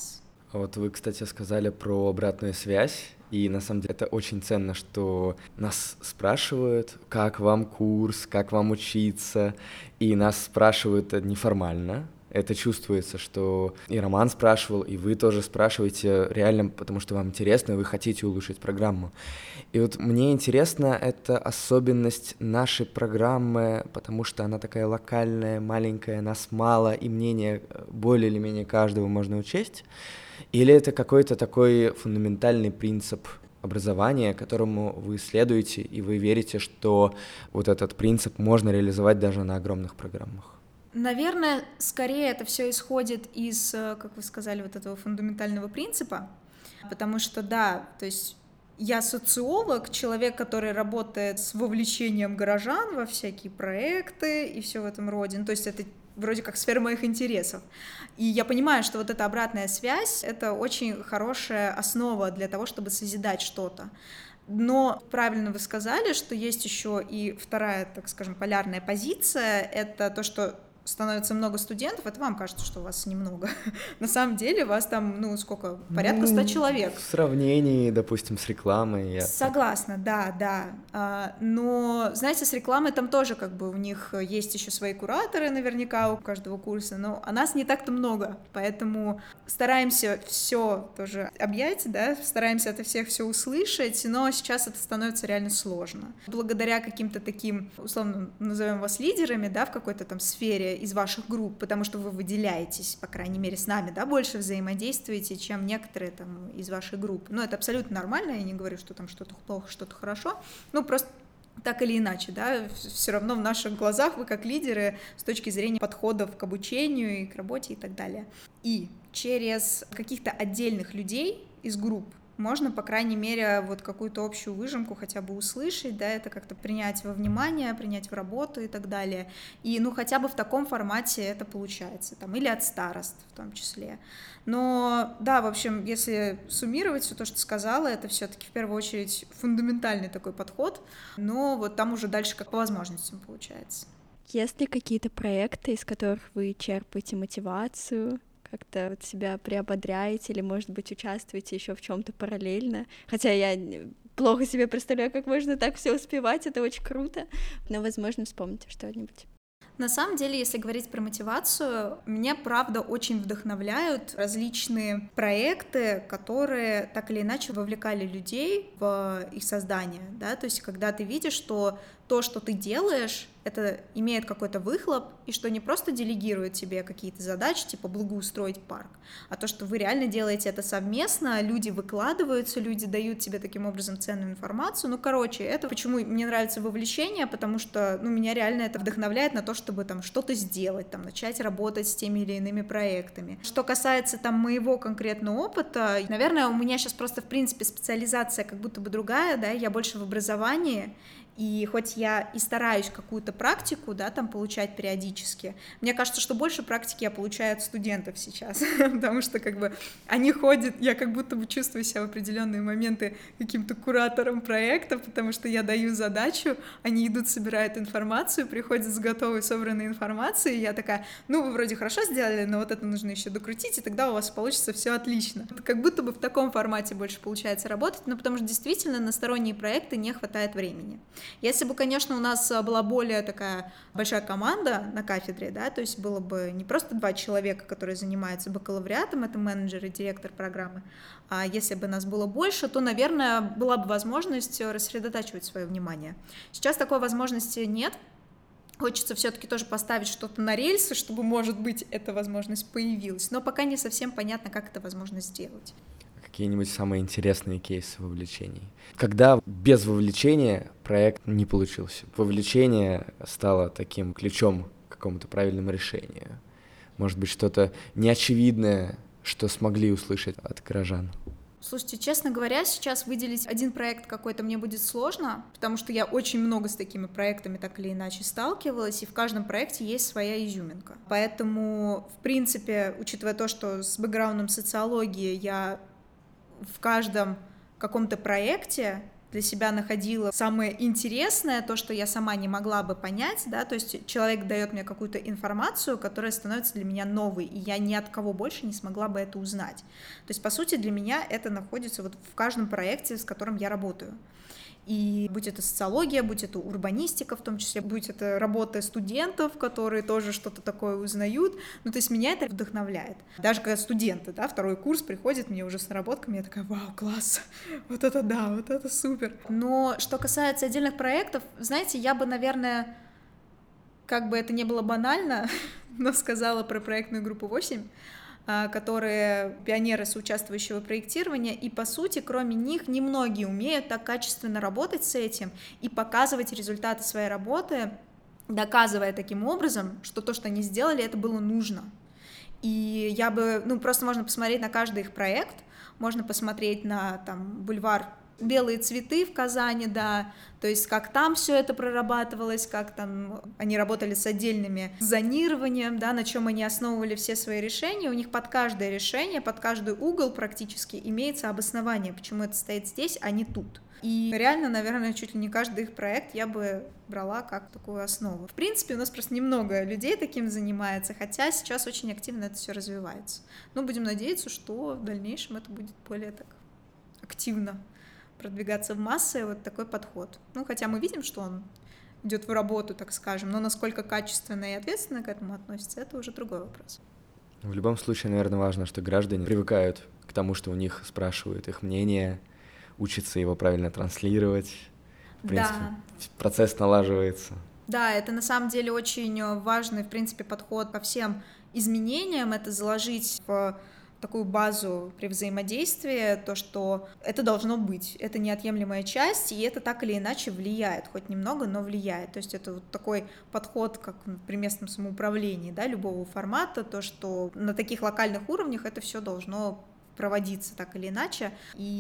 [SPEAKER 1] Вот вы, кстати, сказали про обратную связь, и на самом деле это очень ценно, что нас спрашивают, как вам курс, как вам учиться, и нас спрашивают неформально. Это чувствуется, что и Роман спрашивал, и вы тоже спрашиваете реально, потому что вам интересно, и вы хотите улучшить программу. И вот мне интересна эта особенность нашей программы, потому что она такая локальная, маленькая, нас мало, и мнение более или менее каждого можно учесть. Или это какой-то такой фундаментальный принцип образования, которому вы следуете, и вы верите, что вот этот принцип можно реализовать даже на огромных программах?
[SPEAKER 3] Наверное, скорее это все исходит из, как вы сказали, вот этого фундаментального принципа, потому что, да, то есть я социолог, человек, который работает с вовлечением горожан во всякие проекты и все в этом роде, ну, то есть это вроде как сфера моих интересов. И я понимаю, что вот эта обратная связь — это очень хорошая основа для того, чтобы созидать что-то. Но правильно вы сказали, что есть еще и вторая, так скажем, полярная позиция, это то, что становится много студентов, это вам кажется, что у вас немного. На самом деле вас там, ну, сколько, порядка ста человек.
[SPEAKER 1] В сравнении, допустим, с рекламой. Я...
[SPEAKER 3] Согласна, да, да. Но, знаете, с рекламой там тоже как бы у них есть еще свои кураторы наверняка у каждого курса, но а нас не так-то много, поэтому стараемся все тоже объять, да, стараемся от всех все услышать, но сейчас это становится реально сложно. Благодаря каким-то таким, условно, назовем вас лидерами, да, в какой-то там сфере из ваших групп, потому что вы выделяетесь, по крайней мере, с нами, да, больше взаимодействуете, чем некоторые там из вашей группы. Ну, это абсолютно нормально, я не говорю, что там что-то плохо, что-то хорошо, ну, просто так или иначе, да, все равно в наших глазах вы как лидеры с точки зрения подходов к обучению и к работе и так далее. И через каких-то отдельных людей из групп можно, по крайней мере, вот какую-то общую выжимку хотя бы услышать, да, это как-то принять во внимание, принять в работу и так далее. И, ну, хотя бы в таком формате это получается, там, или от старост в том числе. Но, да, в общем, если суммировать все то, что сказала, это все-таки в первую очередь фундаментальный такой подход, но вот там уже дальше как по возможностям получается.
[SPEAKER 2] Есть ли какие-то проекты, из которых вы черпаете мотивацию, как-то вот себя приободряете или, может быть, участвуете еще в чем-то параллельно? Хотя я плохо себе представляю, как можно так все успевать, это очень круто, но, возможно, вспомните что-нибудь.
[SPEAKER 3] На самом деле, если говорить про мотивацию, меня, правда, очень вдохновляют различные проекты, которые так или иначе вовлекали людей в их создание, да, то есть когда ты видишь, что то, что ты делаешь, это имеет какой-то выхлоп, и что не просто делегирует тебе какие-то задачи, типа благоустроить парк, а то, что вы реально делаете это совместно, люди выкладываются, люди дают тебе таким образом ценную информацию. Ну, короче, это почему мне нравится вовлечение, потому что, ну, меня реально это вдохновляет на то, чтобы там что-то сделать, там, начать работать с теми или иными проектами. Что касается там моего конкретного опыта, наверное, у меня сейчас просто, в принципе, специализация как будто бы другая, да, я больше в образовании, и хоть я и стараюсь какую-то практику, да, там получать периодически, мне кажется, что больше практики я получаю от студентов сейчас, потому что как бы они ходят, я как будто бы чувствую себя в определенные моменты каким-то куратором проекта, потому что я даю задачу, они идут, собирают информацию, приходят с готовой собранной информацией, и я такая, ну, вы вроде хорошо сделали, но вот это нужно еще докрутить, и тогда у вас получится все отлично. Как будто бы в таком формате больше получается работать, но потому что действительно на сторонние проекты не хватает времени. Если бы, конечно, у нас была более такая большая команда на кафедре, да, то есть было бы не просто два человека, которые занимаются бакалавриатом, это менеджер и директор программы, а если бы нас было больше, то, наверное, была бы возможность рассредотачивать свое внимание. Сейчас такой возможности нет. Хочется все-таки тоже поставить что-то на рельсы, чтобы, может быть, эта возможность появилась, но пока не совсем понятно, как это возможно сделать.
[SPEAKER 1] Какие-нибудь самые интересные кейсы вовлечений? Когда без вовлечения проект не получился? Вовлечение стало таким ключом к какому-то правильному решению. Может быть, что-то неочевидное, что смогли услышать от горожан?
[SPEAKER 3] Слушайте, честно говоря, сейчас выделить один проект какой-то мне будет сложно, потому что я очень много с такими проектами так или иначе сталкивалась, и в каждом проекте есть своя изюминка. Поэтому, в принципе, учитывая то, что с бэкграундом социологии я в каждом каком-то проекте для себя находила самое интересное, то, что я сама не могла бы понять, да, то есть человек дает мне какую-то информацию, которая становится для меня новой, и я ни от кого больше не смогла бы это узнать. То есть, по сути, для меня это находится вот в каждом проекте, с которым я работаю. И будь это социология, будь это урбанистика, в том числе, будь это работа студентов, которые тоже что-то такое узнают, ну, то есть меня это вдохновляет. Даже когда студенты, да, второй курс приходят мне уже с наработками, я такая, вау, класс, вот это да, вот это супер. Но что касается отдельных проектов, знаете, я бы, наверное, как бы это ни было банально, но сказала про проектную группу восемь, которые пионеры соучаствующего проектирования, и, по сути, кроме них, немногие умеют так качественно работать с этим и показывать результаты своей работы, доказывая таким образом, что то, что они сделали, это было нужно. И я бы, ну, просто можно посмотреть на каждый их проект, можно посмотреть на, там, бульвар «Белые цветы» в Казани, да, то есть как там все это прорабатывалось, как там они работали с отдельными зонированием, да, на чем они основывали все свои решения, у них под каждое решение, под каждый угол практически имеется обоснование, почему это стоит здесь, а не тут. И реально, наверное, чуть ли не каждый их проект я бы брала как такую основу. В принципе, у нас просто немного людей таким занимается, хотя сейчас очень активно это все развивается. Но будем надеяться, что в дальнейшем это будет более так активно продвигаться в массы, вот такой подход. Ну, хотя мы видим, что он идет в работу, так скажем, но насколько качественно и ответственно к этому относится, это уже другой вопрос.
[SPEAKER 1] В любом случае, наверное, важно, что граждане привыкают к тому, что у них спрашивают их мнение, учатся его правильно транслировать. В принципе, да. Процесс налаживается.
[SPEAKER 3] Да, это на самом деле очень важный, в принципе, подход ко всем изменениям, это заложить в такую базу при взаимодействии, то, что это должно быть, это неотъемлемая часть, и это так или иначе влияет, хоть немного, но влияет. То есть это вот такой подход, как при местном самоуправлении, да, любого формата, то, что на таких локальных уровнях это все должно проводиться так или иначе,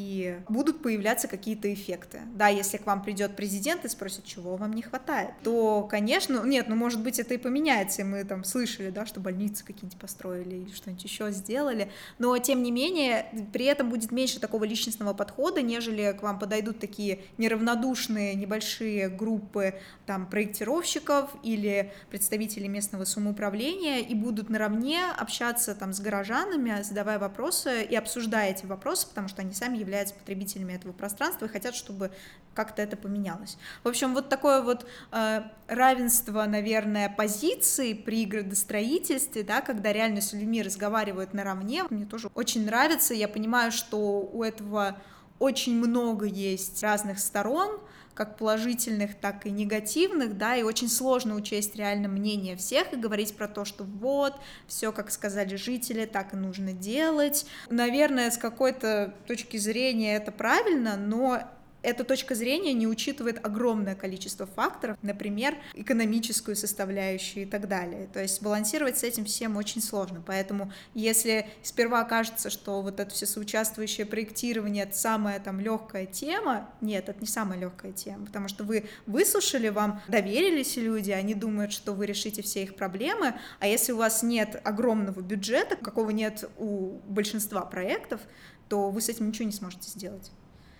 [SPEAKER 3] и будут появляться какие-то эффекты. Да, если к вам придет президент и спросит, чего вам не хватает, то, конечно, нет, ну, может быть, это и поменяется, и мы там слышали, да, что больницы какие-нибудь построили или что-нибудь еще сделали, но, тем не менее, при этом будет меньше такого личностного подхода, нежели к вам подойдут такие неравнодушные небольшие группы там проектировщиков или представителей местного самоуправления и будут наравне общаться там с горожанами, задавая вопросы и обсуждая эти вопросы, потому что они сами являются потребителями этого пространства и хотят, чтобы как-то это поменялось. В общем, вот такое вот э, равенство, наверное, позиций при градостроительстве, да, когда реально с людьми разговаривают наравне, мне тоже очень нравится. Я понимаю, что у этого очень много есть разных сторон, как положительных, так и негативных, да, и очень сложно учесть реально мнение всех и говорить про то, что вот, все, как сказали жители, так и нужно делать. Наверное, с какой-то точки зрения это правильно, но эта точка зрения не учитывает огромное количество факторов, например, экономическую составляющую и так далее. То есть балансировать с этим всем очень сложно. Поэтому если сперва кажется, что вот это все соучаствующее проектирование — это самая там легкая тема, нет, это не самая легкая тема, потому что вы выслушали, вам доверились люди, они думают, что вы решите все их проблемы, а если у вас нет огромного бюджета, какого нет у большинства проектов, то вы с этим ничего не сможете сделать.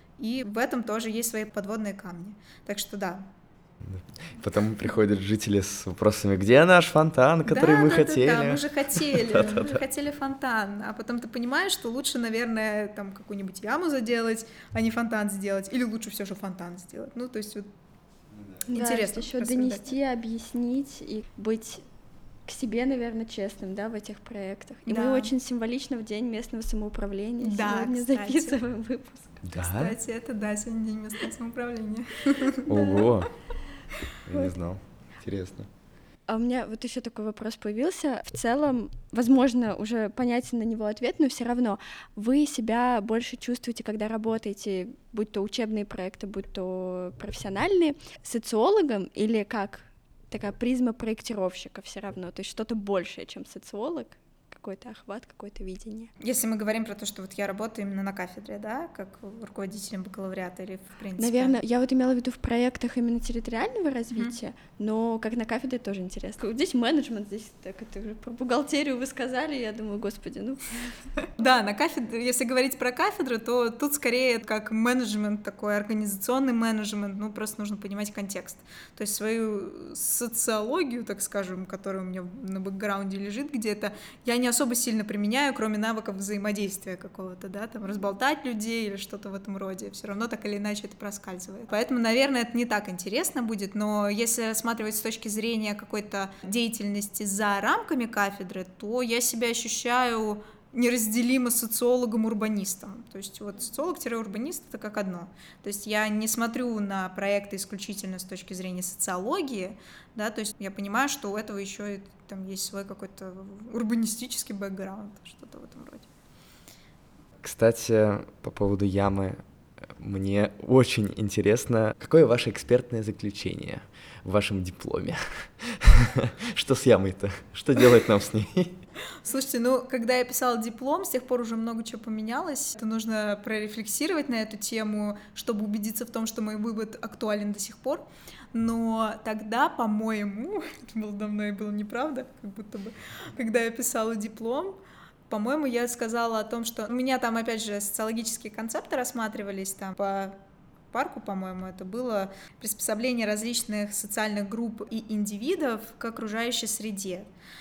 [SPEAKER 3] И в этом тоже есть свои подводные камни. Так что да.
[SPEAKER 1] Потом приходят жители с вопросами, где наш фонтан, который
[SPEAKER 3] да,
[SPEAKER 1] мы
[SPEAKER 3] да,
[SPEAKER 1] хотели?
[SPEAKER 3] Да, да, мы же хотели, мы же хотели фонтан. А потом ты понимаешь, что лучше, наверное, там какую-нибудь яму заделать, а не фонтан сделать. Или лучше все же фонтан сделать. Ну, то есть вот
[SPEAKER 2] да, интересно. Еще донести, объяснить и быть к себе, наверное, честным, да, в этих проектах. И да. Мы очень символично в День местного самоуправления да, сегодня кстати. записываем выпуск.
[SPEAKER 1] Да?
[SPEAKER 3] Кстати, это да, сегодня День местного самоуправления.
[SPEAKER 1] Ого! Я не знал. Интересно.
[SPEAKER 2] А у меня вот еще такой вопрос появился. В целом, возможно, уже понятен на него ответ, но все равно вы себя больше чувствуете, когда работаете, будь то учебные проекты, будь то профессиональные, социологом или как такая призма проектировщика все равно, то есть что-то большее, чем социолог? какой-то охват, какое-то видение.
[SPEAKER 3] Если мы говорим про то, что вот я работаю именно на кафедре, да, как руководителем бакалавриата или в принципе...
[SPEAKER 2] Наверное, я вот имела в виду в проектах именно территориального развития, mm-hmm. но как на кафедре тоже интересно. Здесь менеджмент, здесь так, это уже про бухгалтерию вы сказали, я думаю, господи, ну...
[SPEAKER 3] Да, на кафедре, если говорить про кафедру, то тут скорее как менеджмент такой, организационный менеджмент, ну просто нужно понимать контекст. То есть свою социологию, так скажем, которая у меня на бэкграунде лежит где-то, я не особо сильно применяю, кроме навыков взаимодействия какого-то, да, там разболтать людей или что-то в этом роде. Все равно так или иначе это проскальзывает. Поэтому, наверное, это не так интересно будет, но если рассматривать с точки зрения какой-то деятельности за рамками кафедры, то я себя ощущаю неразделимо социологом-урбанистом. То есть вот социолог-урбанист — это как одно. То есть я не смотрю на проекты исключительно с точки зрения социологии, да, то есть я понимаю, что у этого еще там есть свой какой-то урбанистический бэкграунд, что-то в этом роде.
[SPEAKER 1] Кстати, по поводу ямы, мне очень интересно, какое ваше экспертное заключение в вашем дипломе? Что с ямой-то? Что делать нам с ней?
[SPEAKER 3] Слушайте, ну, когда я писала диплом, с тех пор уже много чего поменялось. Это нужно прорефлексировать на эту тему, чтобы убедиться в том, что мой вывод актуален до сих пор. Но тогда, по-моему, это было давно и было неправда, как будто бы, когда я писала диплом, по-моему, я сказала о том, что у меня там, опять же, социологические концепты рассматривались там по парку, по-моему, это было приспособление различных социальных групп и индивидов к окружающей среде.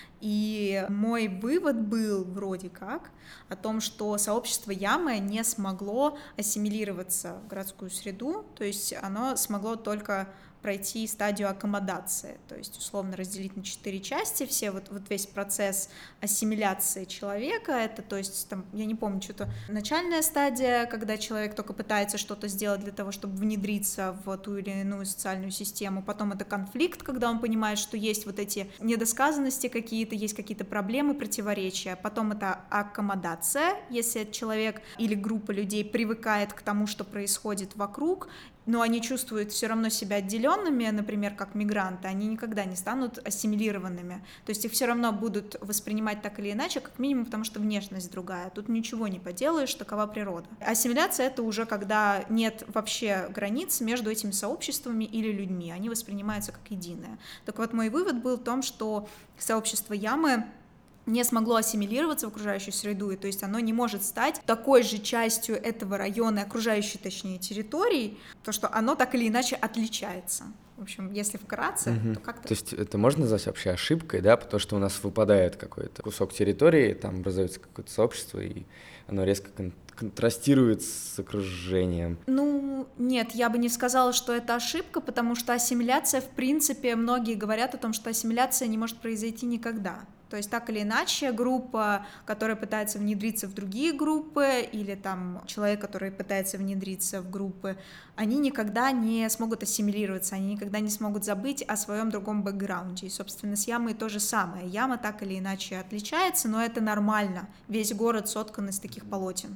[SPEAKER 3] И мой вывод был вроде как о том, что сообщество Ямы не смогло ассимилироваться в городскую среду, то есть оно смогло только пройти стадию аккомодации, то есть условно разделить на четыре части все, вот, вот весь процесс ассимиляции человека, это, то есть, там, я не помню, что-то начальная стадия, когда человек только пытается что-то сделать для того, чтобы внедриться в ту или иную социальную систему, потом это конфликт, когда он понимает, что есть вот эти недосказанности какие-то, есть какие-то проблемы, противоречия, потом это аккомодация, если человек или группа людей привыкает к тому, что происходит вокруг, но они чувствуют все равно себя отделенными, например, как мигранты, они никогда не станут ассимилированными. То есть их все равно будут воспринимать так или иначе, как минимум, потому что внешность другая. Тут ничего не поделаешь, такова природа. Ассимиляция — это уже когда нет вообще границ между этими сообществами или людьми, они воспринимаются как единое. Так вот, мой вывод был в том, что сообщество Ямы не смогло ассимилироваться в окружающую среду, и то есть оно не может стать такой же частью этого района, окружающей, точнее, территории, то что оно так или иначе отличается. В общем, если вкратце, угу. то как-то...
[SPEAKER 1] То есть это можно назвать вообще ошибкой, да, потому что у нас выпадает какой-то кусок территории, там образуется какое-то сообщество, и оно резко кон- контрастирует с окружением.
[SPEAKER 3] Ну, нет, я бы не сказала, что это ошибка, потому что ассимиляция, в принципе, многие говорят о том, что ассимиляция не может произойти никогда. То есть так или иначе группа, которая пытается внедриться в другие группы, или там человек, который пытается внедриться в группы, они никогда не смогут ассимилироваться, они никогда не смогут забыть о своем другом бэкграунде. И, собственно, с Ямой то же самое. Яма так или иначе отличается, но это нормально. Весь город соткан из таких полотен.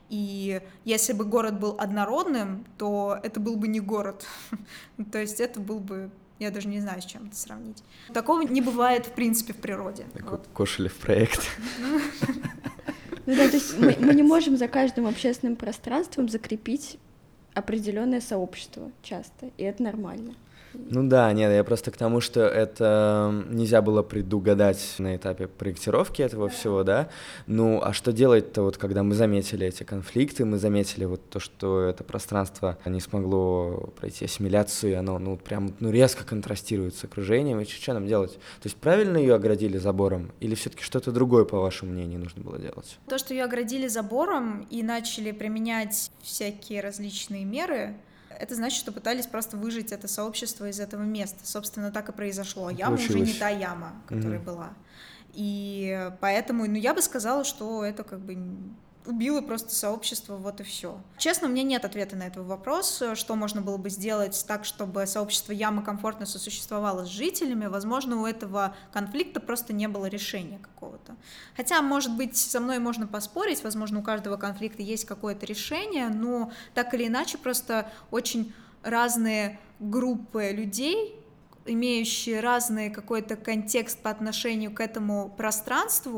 [SPEAKER 3] И если бы город был однородным, то это был бы не город. То есть это был бы... Я даже не знаю, с чем это сравнить. Такого не бывает, в принципе, в природе.
[SPEAKER 1] Такой вот. Кошелев проект.
[SPEAKER 2] Ну да, то есть мы, мы не можем за каждым общественным пространством закрепить определенное сообщество часто, и это нормально.
[SPEAKER 1] Ну да, нет, я просто к тому, что это нельзя было предугадать на этапе проектировки этого всего, да. Ну, а что делать-то, вот когда мы заметили эти конфликты, мы заметили вот то, что это пространство не смогло пройти ассимиляцию, и оно, ну, прям, ну, резко контрастирует с окружением, и что нам делать? То есть правильно ее оградили забором, или все-таки что-то другое, по вашему мнению, нужно было делать?
[SPEAKER 3] То, что ее оградили забором и начали применять всякие различные меры, это значит, что пытались просто выжать это сообщество из этого места. Собственно, так и произошло. Яма Получилось. Уже не та яма, которая mm-hmm. была. И поэтому, ну, я бы сказала, что это как бы убило просто сообщество, вот и все. Честно, у меня нет ответа на этот вопрос, что можно было бы сделать так, чтобы сообщество Ямы комфортно сосуществовало с жителями. Возможно, у этого конфликта просто не было решения какого-то. Хотя, может быть, со мной можно поспорить, возможно, у каждого конфликта есть какое-то решение, но так или иначе просто очень разные группы людей, имеющие разный какой-то контекст по отношению к этому пространству,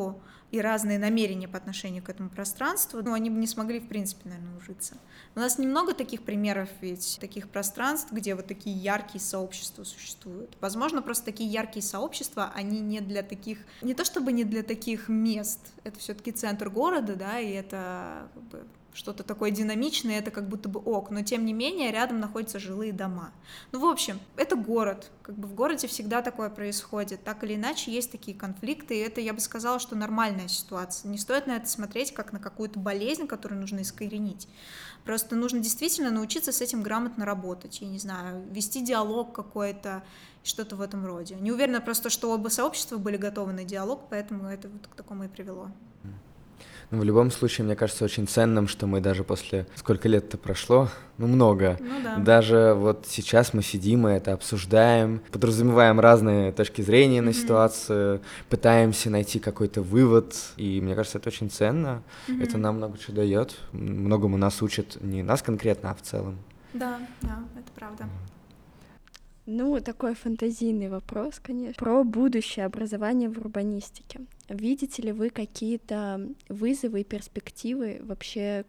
[SPEAKER 3] и разные намерения по отношению к этому пространству, ну, они бы не смогли, в принципе, наверное, ужиться. У нас немного таких примеров, ведь таких пространств, где вот такие яркие сообщества существуют. Возможно, просто такие яркие сообщества, они не для таких, не то чтобы не для таких мест, это все-таки центр города, да, и это как бы что-то такое динамичное, это как будто бы ок, но тем не менее рядом находятся жилые дома. Ну, в общем, это город, как бы в городе всегда такое происходит, так или иначе есть такие конфликты, и это, я бы сказала, что нормальная ситуация. Не стоит на это смотреть как на какую-то болезнь, которую нужно искоренить. Просто нужно действительно научиться с этим грамотно работать, я не знаю, вести диалог какой-то, что-то в этом роде. Не уверена просто, что оба сообщества были готовы на диалог, поэтому это вот к такому и привело.
[SPEAKER 1] Ну, в любом случае, мне кажется очень ценным, что мы даже после... Сколько лет-то прошло? Ну, много.
[SPEAKER 3] Ну, да.
[SPEAKER 1] Даже вот сейчас мы сидим и это обсуждаем, подразумеваем разные точки зрения на mm-hmm. ситуацию, пытаемся найти какой-то вывод, и мне кажется, это очень ценно. Mm-hmm. Это нам много чего дает, многому нас учит, не нас конкретно, а в целом.
[SPEAKER 3] Да, да, это правда.
[SPEAKER 2] Ну, такой фантазийный вопрос, конечно, про будущее образование в урбанистике. Видите ли вы какие-то вызовы и перспективы вообще,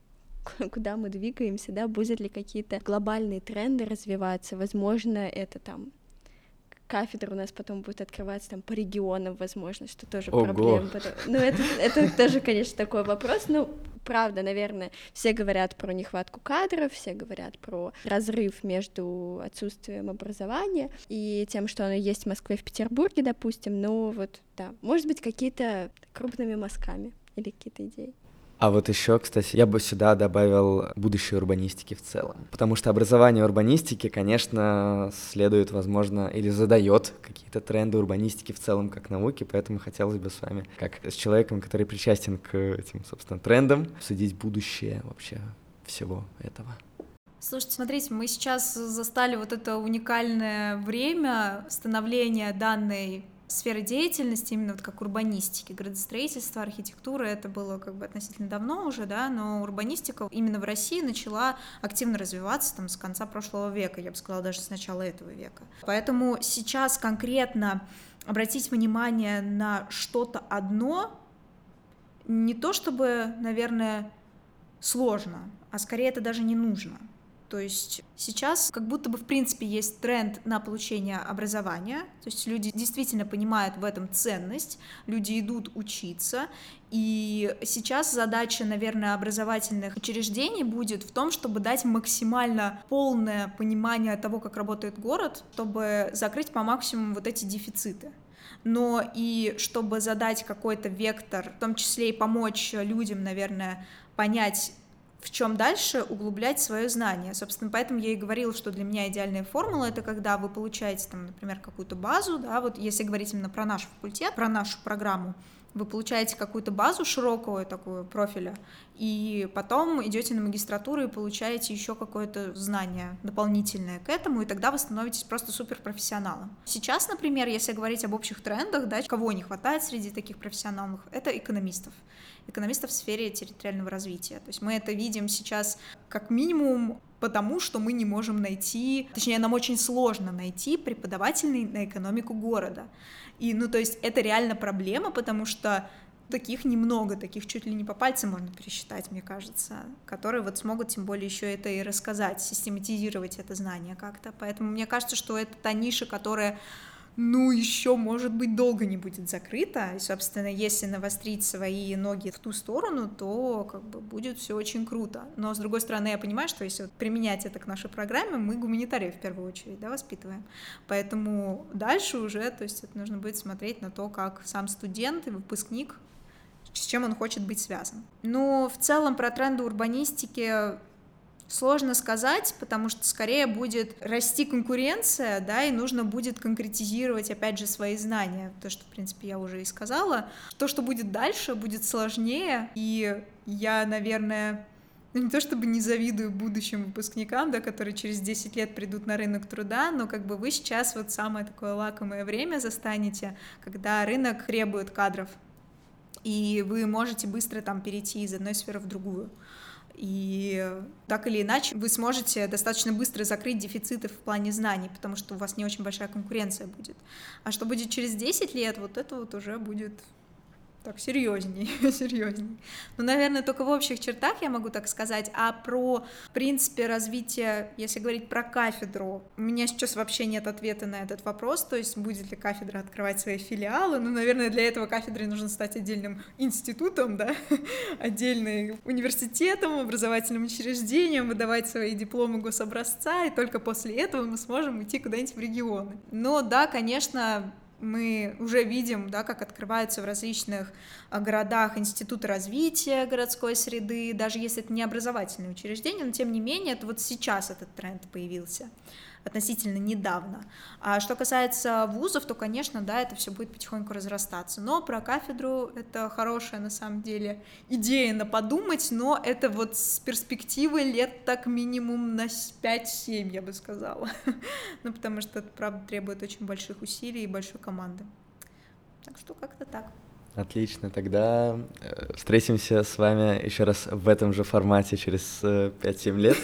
[SPEAKER 2] куда мы двигаемся, да, будут ли какие-то глобальные тренды развиваться? Возможно, это там кафедра у нас потом будет открываться там по регионам, возможно, что тоже
[SPEAKER 1] Ого.
[SPEAKER 2] Проблема. Ну, это, это тоже, конечно, такой вопрос, но правда, наверное, все говорят про нехватку кадров, все говорят про разрыв между отсутствием образования и тем, что оно есть в Москве, в Петербурге, допустим, но вот, да, может быть, какие-то крупными мазками или какие-то идеи.
[SPEAKER 1] А вот еще, кстати, я бы сюда добавил будущее урбанистики в целом. Потому что образование урбанистики, конечно, следует, возможно, или задает какие-то тренды урбанистики в целом как науки, поэтому хотелось бы с вами, как с человеком, который причастен к этим, собственно, трендам, обсудить будущее вообще всего этого.
[SPEAKER 3] Слушайте, смотрите, мы сейчас застали вот это уникальное время становления данной сферы деятельности, именно вот как урбанистики, градостроительство, архитектура, это было как бы относительно давно уже, да, но урбанистика именно в России начала активно развиваться там с конца прошлого века, я бы сказала, даже с начала этого века. Поэтому сейчас конкретно обратить внимание на что-то одно не то чтобы, наверное, сложно, а скорее это даже не нужно. То есть сейчас как будто бы в принципе есть тренд на получение образования, то есть люди действительно понимают в этом ценность, люди идут учиться, и сейчас задача, наверное, образовательных учреждений будет в том, чтобы дать максимально полное понимание того, как работает город, чтобы закрыть по максимуму вот эти дефициты. Но и чтобы задать какой-то вектор, в том числе и помочь людям, наверное, понять, в чем дальше углублять свое знание. Собственно, поэтому я и говорила, что для меня идеальная формула — это когда вы получаете, там, например, какую-то базу, да, вот если говорить именно про наш факультет, про нашу программу, вы получаете какую-то базу широкого такого профиля, и потом идете на магистратуру и получаете еще какое-то знание дополнительное к этому, и тогда вы становитесь просто суперпрофессионалом. Сейчас, например, если говорить об общих трендах, да, кого не хватает среди таких профессионалов, это экономистов. экономистов в сфере территориального развития. То есть мы это видим сейчас как минимум потому, что мы не можем найти, точнее, нам очень сложно найти преподавателей на экономику города. И, ну, то есть это реально проблема, потому что таких немного, таких чуть ли не по пальцам можно пересчитать, мне кажется, которые вот смогут тем более еще это и рассказать, систематизировать это знание как-то. Поэтому мне кажется, что это та ниша, которая ну, еще, может быть, долго не будет закрыта, и, собственно, если навострить свои ноги в ту сторону, то как бы будет все очень круто. Но, с другой стороны, я понимаю, что если вот применять это к нашей программе, мы гуманитариев в первую очередь, да, воспитываем. Поэтому дальше уже, то есть это нужно будет смотреть на то, как сам студент и выпускник, с чем он хочет быть связан. Но в целом про тренды урбанистики сложно сказать, потому что скорее будет расти конкуренция, да, и нужно будет конкретизировать, опять же, свои знания, то, что, в принципе, я уже и сказала. То, что будет дальше, будет сложнее, и я, наверное, ну, не то чтобы не завидую будущим выпускникам, да, которые через десять лет придут на рынок труда, но как бы вы сейчас вот самое такое лакомое время застанете, когда рынок требует кадров, и вы можете быстро там перейти из одной сферы в другую. И так или иначе вы сможете достаточно быстро закрыть дефициты в плане знаний, потому что у вас не очень большая конкуренция будет. А что будет через десять лет, вот это вот уже будет Так, серьезней, серьезней. Ну, наверное, только в общих чертах я могу так сказать. А про, в принципе, развитие, если говорить про кафедру, у меня сейчас вообще нет ответа на этот вопрос, то есть будет ли кафедра открывать свои филиалы. Ну, наверное, для этого кафедре нужно стать отдельным институтом, да, отдельным университетом, образовательным учреждением, выдавать свои дипломы гособразца, и только после этого мы сможем идти куда-нибудь в регионы. Но да, конечно, мы уже видим, да, как открываются в различных городах институты развития городской среды, даже если это не образовательные учреждения, но тем не менее, это вот сейчас этот тренд появился, относительно недавно. А что касается вузов, то, конечно, да, это все будет потихоньку разрастаться. Но про кафедру это хорошая, на самом деле, идея на подумать, но это вот с перспективы лет так минимум на пять-семь, я бы сказала. Ну, потому что это, правда, требует очень больших усилий и большой команды. Так что как-то так.
[SPEAKER 1] Отлично, тогда встретимся с вами еще раз в этом же формате через пять-семь лет.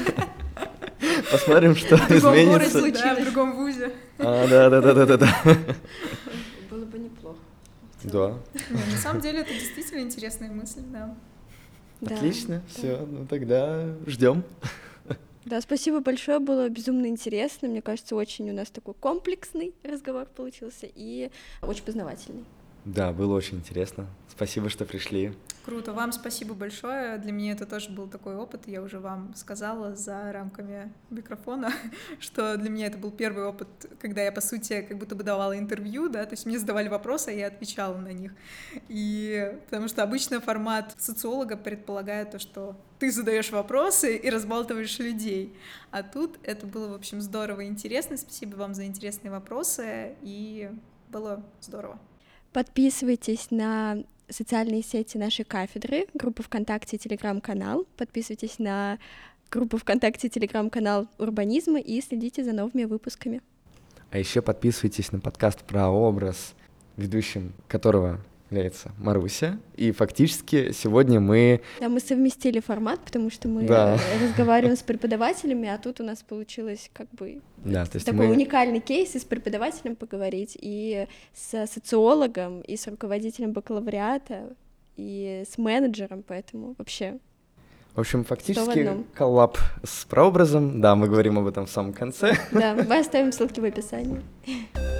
[SPEAKER 1] Посмотрим, что
[SPEAKER 3] в другом
[SPEAKER 1] изменится.
[SPEAKER 3] Городе, да, в другом вузе.
[SPEAKER 1] А, да, да, да, да, да, да.
[SPEAKER 2] Было бы неплохо.
[SPEAKER 1] Да.
[SPEAKER 3] Нет, на самом деле это действительно интересная мысль, да.
[SPEAKER 2] Да,
[SPEAKER 1] Отлично,
[SPEAKER 2] да.
[SPEAKER 1] все, ну тогда ждем.
[SPEAKER 2] Да, спасибо большое, было безумно интересно. Мне кажется, очень у нас такой комплексный разговор получился и очень познавательный.
[SPEAKER 1] Да, было очень интересно. Спасибо, что пришли.
[SPEAKER 3] Круто, вам спасибо большое. Для меня это тоже был такой опыт. Я уже вам сказала за рамками микрофона, что для меня это был первый опыт, когда я, по сути, как будто бы давала интервью, да, то есть мне задавали вопросы, а я отвечала на них. И потому что обычно формат социолога предполагает то, что ты задаешь вопросы и разбалтываешь людей. А тут это было, в общем, здорово и интересно. Спасибо вам за интересные вопросы, и было здорово.
[SPEAKER 2] Подписывайтесь на социальные сети нашей кафедры, группу ВКонтакте и Телеграм-канал. Подписывайтесь на группу ВКонтакте и Телеграм-канал урбанизма и следите за новыми выпусками.
[SPEAKER 1] А еще подписывайтесь на подкаст про образ, ведущим которого является Маруся. И фактически сегодня мы...
[SPEAKER 2] Да, мы совместили формат, потому что мы
[SPEAKER 1] Да.
[SPEAKER 2] разговариваем с преподавателями, а тут у нас получилось как бы
[SPEAKER 1] Да, то есть
[SPEAKER 2] такой
[SPEAKER 1] мы...
[SPEAKER 2] уникальный кейс и с преподавателем поговорить, и с социологом, и с руководителем бакалавриата, и с менеджером, поэтому вообще...
[SPEAKER 1] В общем,
[SPEAKER 2] Сто в
[SPEAKER 1] фактически
[SPEAKER 2] одном.
[SPEAKER 1] коллаб с прообразом. Да, мы говорим об этом в самом конце.
[SPEAKER 2] Да, мы оставим ссылки в описании.